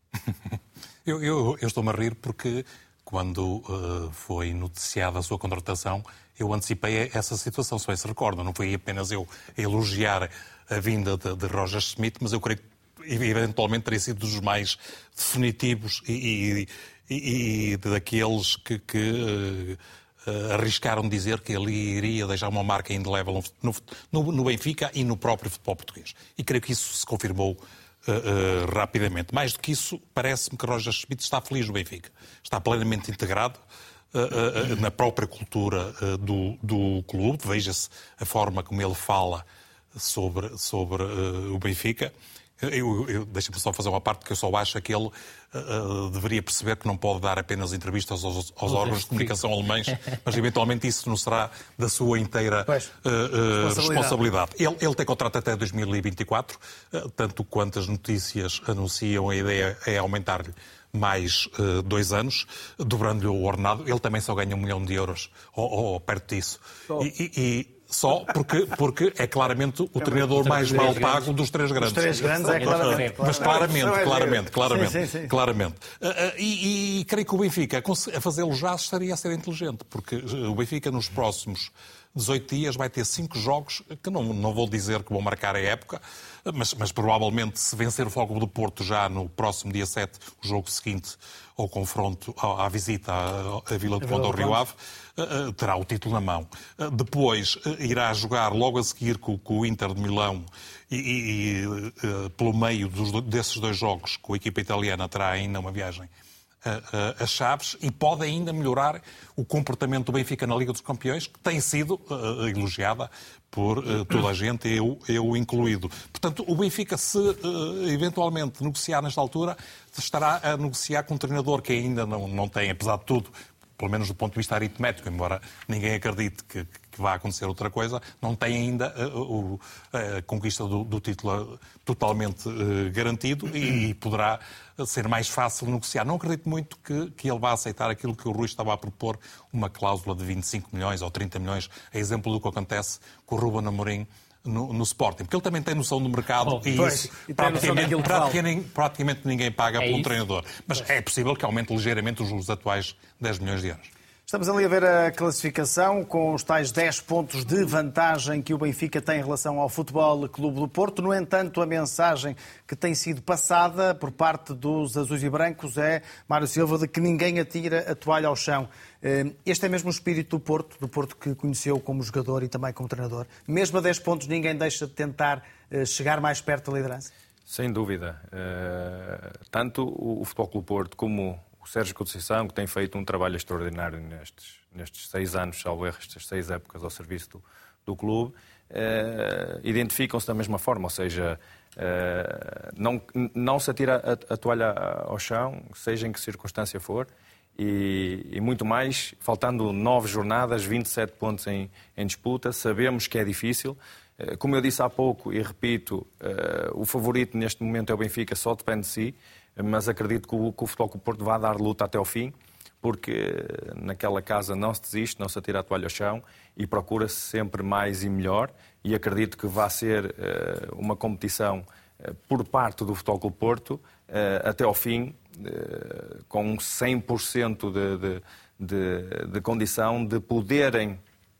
eu, eu, eu estou-me a rir porque, quando uh, foi noticiada a sua contratação, eu antecipei essa situação, se bem se recordam. Não foi apenas eu a elogiar a vinda de, de Roger Schmidt, mas eu creio que eventualmente teria sido dos mais definitivos e, e, e daqueles que, que uh, arriscaram dizer que ele iria deixar uma marca indelével no, no, no Benfica e no próprio futebol português. E creio que isso se confirmou uh, uh, rapidamente. Mais do que isso, parece-me que Roger Schmidt está feliz no Benfica. Está plenamente integrado uh, uh, na própria cultura uh, do, do clube. Veja-se a forma como ele fala sobre, sobre uh, o Benfica. Eu, eu, Deixa-me só fazer uma parte que eu só acho que ele uh, deveria perceber que não pode dar apenas entrevistas aos, aos órgãos de comunicação alemães, mas eventualmente isso não será da sua inteira uh, uh, responsabilidade. responsabilidade. Ele, ele tem contrato até dois mil e vinte e quatro, uh, tanto quanto as notícias anunciam, a ideia é aumentar-lhe mais uh, dois anos, dobrando-lhe o ordenado. Ele também só ganha um milhão de euros, ou, ou perto disso. Oh. E, e, e só porque, porque é claramente o treinador mais mal pago dos três grandes. Dos três grandes é claramente. Mas claramente, claramente, claramente, sim, sim, sim. claramente. Uh, uh, e, e creio que o Benfica, a fazê-lo já, estaria a ser inteligente, porque o Benfica nos próximos dezoito dias vai ter cinco jogos, que não, não vou dizer que vão marcar a época, mas, mas provavelmente se vencer o Futebol Clube do Porto já no próximo dia sete, o jogo seguinte ao confronto, à, à visita à, à Vila de Conde ao Rio Ave, uh, uh, terá o título na mão. Uh, depois uh, irá jogar logo a seguir com, com o Inter de Milão e, e uh, pelo meio dos, desses dois jogos, com a equipa italiana, terá ainda uma viagem as Chaves e pode ainda melhorar o comportamento do Benfica na Liga dos Campeões, que tem sido uh, elogiada por uh, toda a gente, eu, eu incluído. Portanto, o Benfica, se uh, eventualmente negociar nesta altura, estará a negociar com um treinador que ainda não, não tem, apesar de tudo, pelo menos do ponto de vista aritmético, embora ninguém acredite que, que vai acontecer outra coisa, não tem ainda uh, uh, a conquista do, do título totalmente uh, garantido e, e poderá ser mais fácil negociar. Não acredito muito que, que ele vá aceitar aquilo que o Rui estava a propor, uma cláusula de vinte e cinco milhões ou trinta milhões, a exemplo do que acontece com o Ruben Amorim No, no Sporting, porque ele também tem noção do mercado oh, e, pois, isso, e praticamente, praticamente, praticamente ninguém paga é por um isso? treinador. Mas pois. É possível que aumente ligeiramente os, os atuais dez milhões de euros. Estamos ali a ver a classificação com os tais dez pontos de vantagem que o Benfica tem em relação ao Futebol Clube do Porto. No entanto, a mensagem que tem sido passada por parte dos azuis e brancos é, Mário Silva, de que ninguém atira a toalha ao chão. Este é mesmo o espírito do Porto, do Porto que conheceu como jogador e também como treinador. Mesmo a dez pontos, ninguém deixa de tentar chegar mais perto da liderança? Sem dúvida. Tanto o Futebol Clube do Porto como o Sérgio Conceição, que tem feito um trabalho extraordinário nestes, nestes seis anos, salvo erro, estas seis épocas ao serviço do, do clube, eh, identificam-se da mesma forma, ou seja, eh, não, não se atira a, a toalha ao chão, seja em que circunstância for, e, e muito mais, faltando nove jornadas, vinte e sete pontos em, em disputa, sabemos que é difícil. Eh, como eu disse há pouco, e repito, eh, o favorito neste momento é o Benfica, só depende de si, mas acredito que o, que o Futebol Clube do Porto vai dar luta até ao fim, porque naquela casa não se desiste, não se atira a toalha ao chão e procura-se sempre mais e melhor, e acredito que vai ser uh, uma competição uh, por parte do Futebol Clube do Porto uh, até ao fim, uh, com cem por cento de, de, de, de condição de poderem,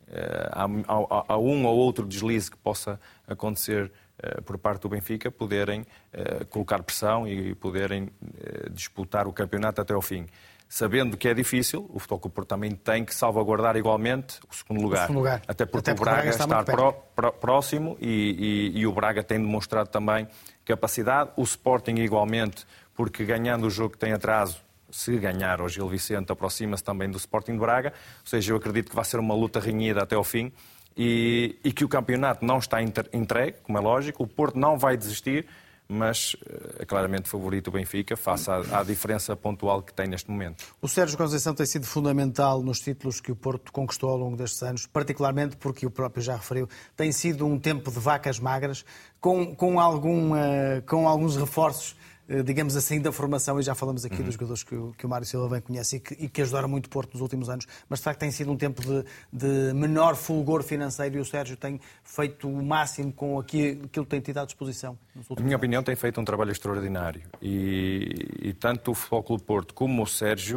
uh, a, a, a um ou outro deslize que possa acontecer por parte do Benfica, poderem uh, colocar pressão e poderem uh, disputar o campeonato até ao fim. Sabendo que é difícil, o Futebol Clube do Porto também tem que salvaguardar igualmente o segundo lugar. O segundo lugar. Até porque até o Braga, Braga está, está pró, pró, próximo e, e, e o Braga tem demonstrado também capacidade. O Sporting igualmente, porque ganhando o jogo que tem atraso, se ganhar o Gil Vicente, aproxima-se também do Sporting de Braga. Ou seja, eu acredito que vai ser uma luta renhida até ao fim. E, e que o campeonato não está entregue, como é lógico, o Porto não vai desistir, mas é claramente favorito o Benfica, face à, à diferença pontual que tem neste momento. O Sérgio Conceição tem sido fundamental nos títulos que o Porto conquistou ao longo destes anos, particularmente porque o próprio já referiu, tem sido um tempo de vacas magras, com, com, algum, uh, com alguns reforços, digamos assim, da formação, e já falamos aqui uhum. dos jogadores que o, que o Mário Silva bem conhece e que, e que ajudaram muito o Porto nos últimos anos, mas de facto tem sido um tempo de, de menor fulgor financeiro e o Sérgio tem feito o máximo com aquilo que tem tido à disposição. Na minha opinião, tem feito um trabalho extraordinário e, e tanto o Futebol Clube do Porto como o Sérgio,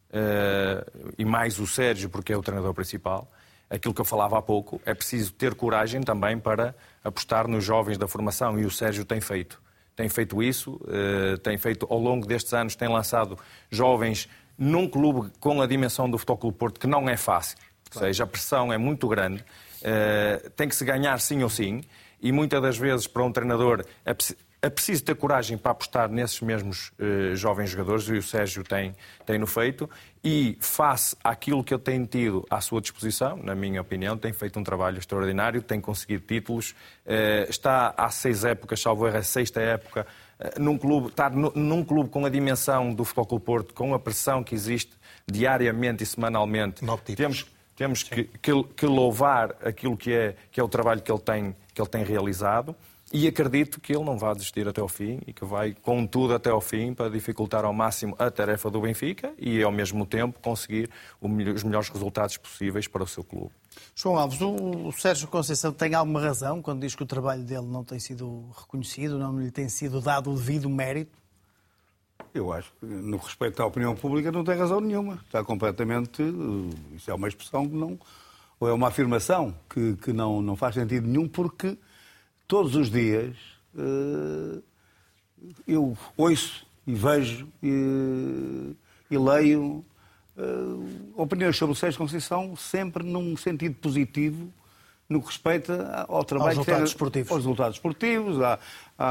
uh, e mais o Sérgio, porque é o treinador principal, aquilo que eu falava há pouco, é preciso ter coragem também para apostar nos jovens da formação e o Sérgio tem feito. Tem feito isso, tem feito ao longo destes anos, tem lançado jovens num clube com a dimensão do Futebol Clube do Porto, que não é fácil. Claro. Ou seja, a pressão é muito grande, tem que se ganhar sim ou sim, e muitas das vezes para um treinador É preciso ter coragem para apostar nesses mesmos uh, jovens jogadores, e o Sérgio tem, tem no feito, e face àquilo que ele tem tido à sua disposição, na minha opinião, tem feito um trabalho extraordinário, tem conseguido títulos, uh, está há seis épocas, salvo erro, a sexta época, uh, num clube, está num, num clube com a dimensão do Futebol Clube Porto, com a pressão que existe diariamente e semanalmente. Temos, temos que, que, que louvar aquilo que é, que é o trabalho que ele tem, que ele tem realizado. E acredito que ele não vai desistir até ao fim e que vai com tudo até ao fim para dificultar ao máximo a tarefa do Benfica e, ao mesmo tempo, conseguir os melhores resultados possíveis para o seu clube. João Alves, o Sérgio Conceição tem alguma razão quando diz que o trabalho dele não tem sido reconhecido, não lhe tem sido dado o devido mérito? Eu acho que, no respeito à opinião pública, não tem razão nenhuma. Está completamente... Isso é uma expressão que não... Ou é uma afirmação que, que não, não faz sentido nenhum, porque... Todos os dias uh, eu ouço e vejo e, e leio uh, opiniões sobre o Sérgio Conceição sempre num sentido positivo no que respeita ao trabalho... Aos resultados esportivos. Aos resultados esportivos, a,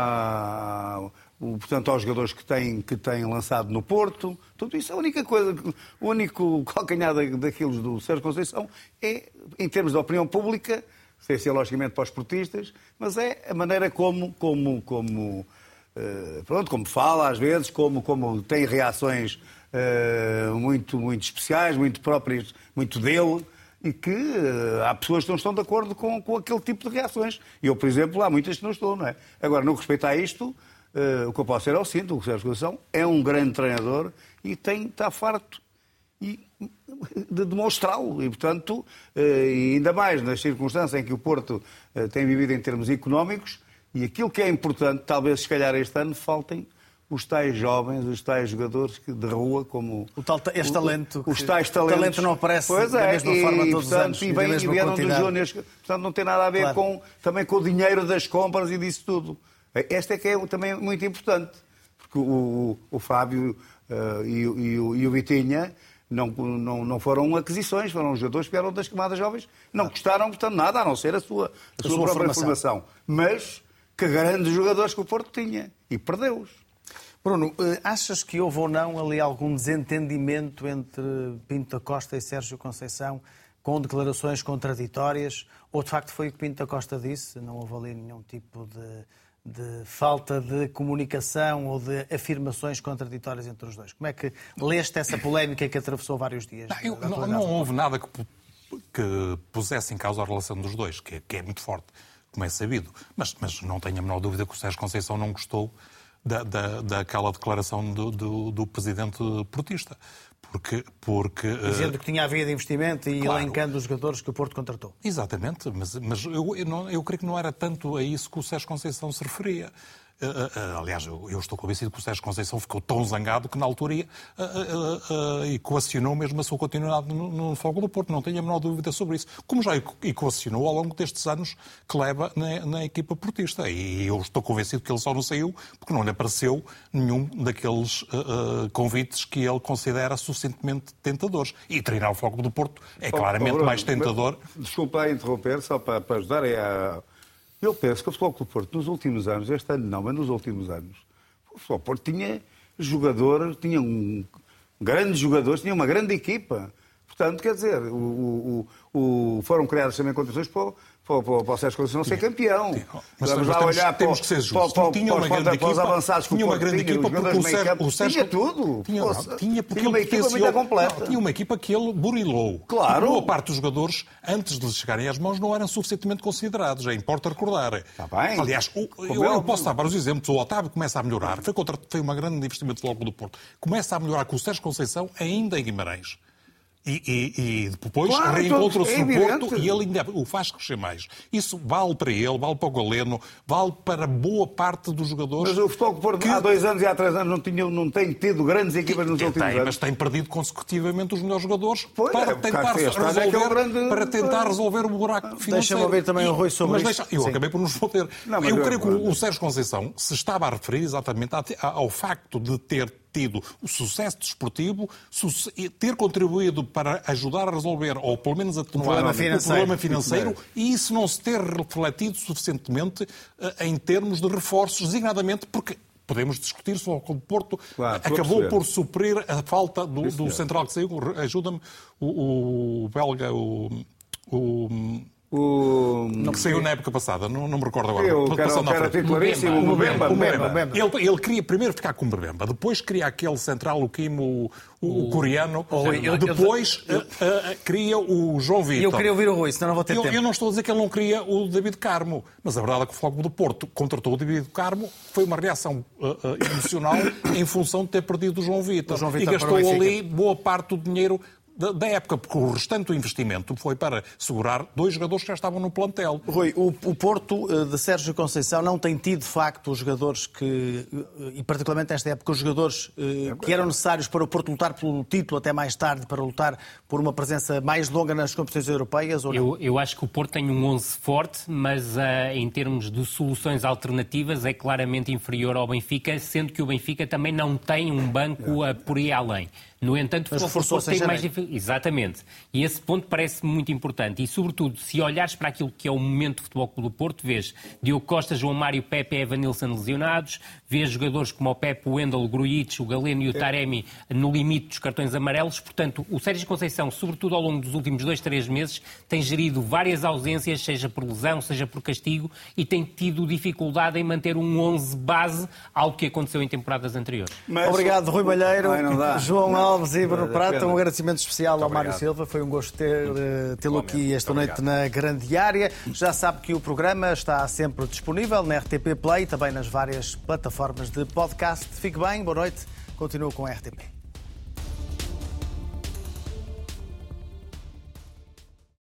a, portanto, aos jogadores que têm, que têm lançado no Porto. Tudo isso, a única coisa, o único calcanhar daquilo do Sérgio Conceição é, em termos de opinião pública... sem ser logicamente para os esportistas, mas é a maneira como, como, como, uh, pronto, como fala às vezes, como, como tem reações uh, muito, muito especiais, muito próprias, muito dele, e que uh, há pessoas que não estão de acordo com, com aquele tipo de reações. Eu, por exemplo, há muitas que não estou, não é? Agora, no que respeita a isto, uh, o que eu posso dizer é o seguinte: o Sérgio Conceição é um grande treinador e tem, está farto e de demonstrá-lo. E, portanto, e ainda mais nas circunstâncias em que o Porto tem vivido em termos económicos, e aquilo que é importante, talvez, se calhar, este ano, faltem os tais jovens, os tais jogadores de rua, como... O tal, este talento. Os tais talentos. O talento não aparece pois da é, mesma e, forma todos portanto, os anos. E, vem, e vieram dos júniores. Portanto, não tem nada a ver claro. com, também com o dinheiro das compras e disso tudo. Esta é que é também muito importante. Porque o, o, o Fábio uh, e, e, o, e o Vitinha... Não, não, não foram aquisições, foram jogadores que vieram das camadas jovens. Não custaram, portanto, nada, a não ser a sua, a a sua, sua própria formação. formação. Mas que grandes jogadores que o Porto tinha. E perdeu-os. Bruno, achas que houve ou não ali algum desentendimento entre Pinto da Costa e Sérgio Conceição, com declarações contraditórias? Ou, de facto, foi o que Pinto da Costa disse? Não houve ali nenhum tipo de... de falta de comunicação ou de afirmações contraditórias entre os dois. Como é que leste essa polémica que atravessou vários dias? Não, eu, não, não houve nada que, que pusesse em causa a relação dos dois, que é, que é muito forte, como é sabido. Mas, mas não tenho a menor dúvida que o Sérgio Conceição não gostou da, da, daquela declaração do, do, do presidente portista. Porque, porque, Dizendo que tinha havido investimento e claro, elencando os jogadores que o Porto contratou. Exatamente, mas, mas eu, eu, não, eu creio que não era tanto a isso que o Sérgio Conceição se referia. Uh, uh, aliás, eu, eu estou convencido que o Sérgio Conceição ficou tão zangado que na altura ia, uh, uh, uh, equacionou mesmo a sua continuidade no, no Futebol do Porto. Não tenho a menor dúvida sobre isso. Como já equacionou ao longo destes anos que leva na, na equipa portista. E eu estou convencido que ele só não saiu porque não lhe apareceu nenhum daqueles uh, uh, convites que ele considera suficientemente tentadores. E treinar o Futebol do Porto é claramente oh, oh, mais tentador. Desculpa interromper, só para, para ajudar é a... Eu penso que o Futebol Clube Porto, nos últimos anos, este ano não, mas nos últimos anos, o Futebol Porto tinha jogadores, tinha um, grandes jogadores, tinha uma grande equipa. Portanto, quer dizer, o, o, o, foram criadas também condições para o, para, para, para o Sérgio Conceição ser campeão. Mas vamos lá temos, olhar temos para, que ser para, para, tinha uma grande para os avançados tinha uma grande tinha, equipa porque o Sérgio, o Sérgio tinha tudo. Tinha, não, tinha, porque tinha uma ele equipa muito completa. Não, tinha uma equipa que ele burilou. Claro. E boa parte dos jogadores, antes de lhes chegarem às mãos, não eram suficientemente considerados. É importa recordar. Está bem. Aliás, o, eu, eu posso dar vários exemplos. O Otávio começa a melhorar. Foi, contra, foi uma grande investimento do Futebol do Porto. Começa a melhorar com o Sérgio Conceição ainda em Guimarães. E, e, e depois claro, reencontra-se é no Porto e ele ainda o faz crescer mais. Isso vale para ele, vale para o Galeno, vale para boa parte dos jogadores. Mas o Futebol do Porto que... há dois anos e há três anos não, tinha, não tem tido grandes equipas nos tem, últimos tem, anos. Mas tem perdido consecutivamente os melhores jogadores pois para é, tentar, resolver, é é grande... para tentar resolver o buraco financeiro. Deixa-me ouvir também o Rui sobre mas isso. Deixa, eu Sim. acabei por nos responder. Não, eu eu, creio eu, que o Sérgio Conceição se estava a referir exatamente ao facto de ter tido o sucesso desportivo, ter contribuído para ajudar a resolver, ou pelo menos a atenuar problema o financeiro. problema financeiro, e isso não se ter refletido suficientemente em termos de reforços, designadamente porque podemos discutir se o Porto claro, acabou por suprir a falta do, do central que saiu. Ajuda-me, o, o belga, o... o O... que saiu na época passada, não, não me recordo agora. Eu quero, quero titularíssimo, o Mbemba. O Mbemba. Ele, ele queria primeiro ficar com o Mbemba, depois queria aquele central, o Kim, o, o, o coreano, Rui, eu- depois eu- uh, uh, queria o João Vitor. E eu queria ouvir o Rui, senão não vou ter Eu, tempo. eu não estou a dizer que ele não queria o David Carmo, mas a verdade é que o Futebol Clube do Porto contratou o David Carmo, foi uma reação uh, uh, emocional em função de ter perdido o João Vitor. O João E Vitor gastou para o Benfica. ali boa parte do dinheiro da, da época, porque o restante do investimento foi para segurar dois jogadores que já estavam no plantel. Rui, o, o Porto eh, de Sérgio Conceição não tem tido, de facto, os jogadores que, eh, e particularmente nesta época, os jogadores eh, que eram necessários para o Porto lutar pelo título até mais tarde, para lutar por uma presença mais longa nas competições europeias, ou não? Eu, eu acho que o Porto tem um onze forte, mas uh, em termos de soluções alternativas é claramente inferior ao Benfica, sendo que o Benfica também não tem um banco uh, por aí além. No entanto, Mas o reforçou-se Porto tem em mais janeiro. dificuldade. Exatamente. E esse ponto parece muito importante. E, sobretudo, se olhares para aquilo que é o momento do Futebol Clube do Porto, vês Diogo Costa, João Mário, Pepe e Evanilson lesionados, vês jogadores como o Pepe, o Wendel, o Grujic, o Galeno e o Taremi no limite dos cartões amarelos. Portanto, o Sérgio Conceição, sobretudo ao longo dos últimos dois, três meses, tem gerido várias ausências, seja por lesão, seja por castigo, e tem tido dificuldade em manter um onze base, algo que aconteceu em temporadas anteriores. Mas- Obrigado, Rui Malheiro, Ai, não dá. João Alves e Bruno Vale a Prata. pena. Um agradecimento especial ao Mário obrigado. Silva. Foi um gosto ter, eh, tê-lo Igualmente. aqui esta Muito noite obrigado. na Grande Área. Já sabe que o programa está sempre disponível na R T P Play, também nas várias plataformas de podcast. Fique bem, boa noite. Continua com a R T P.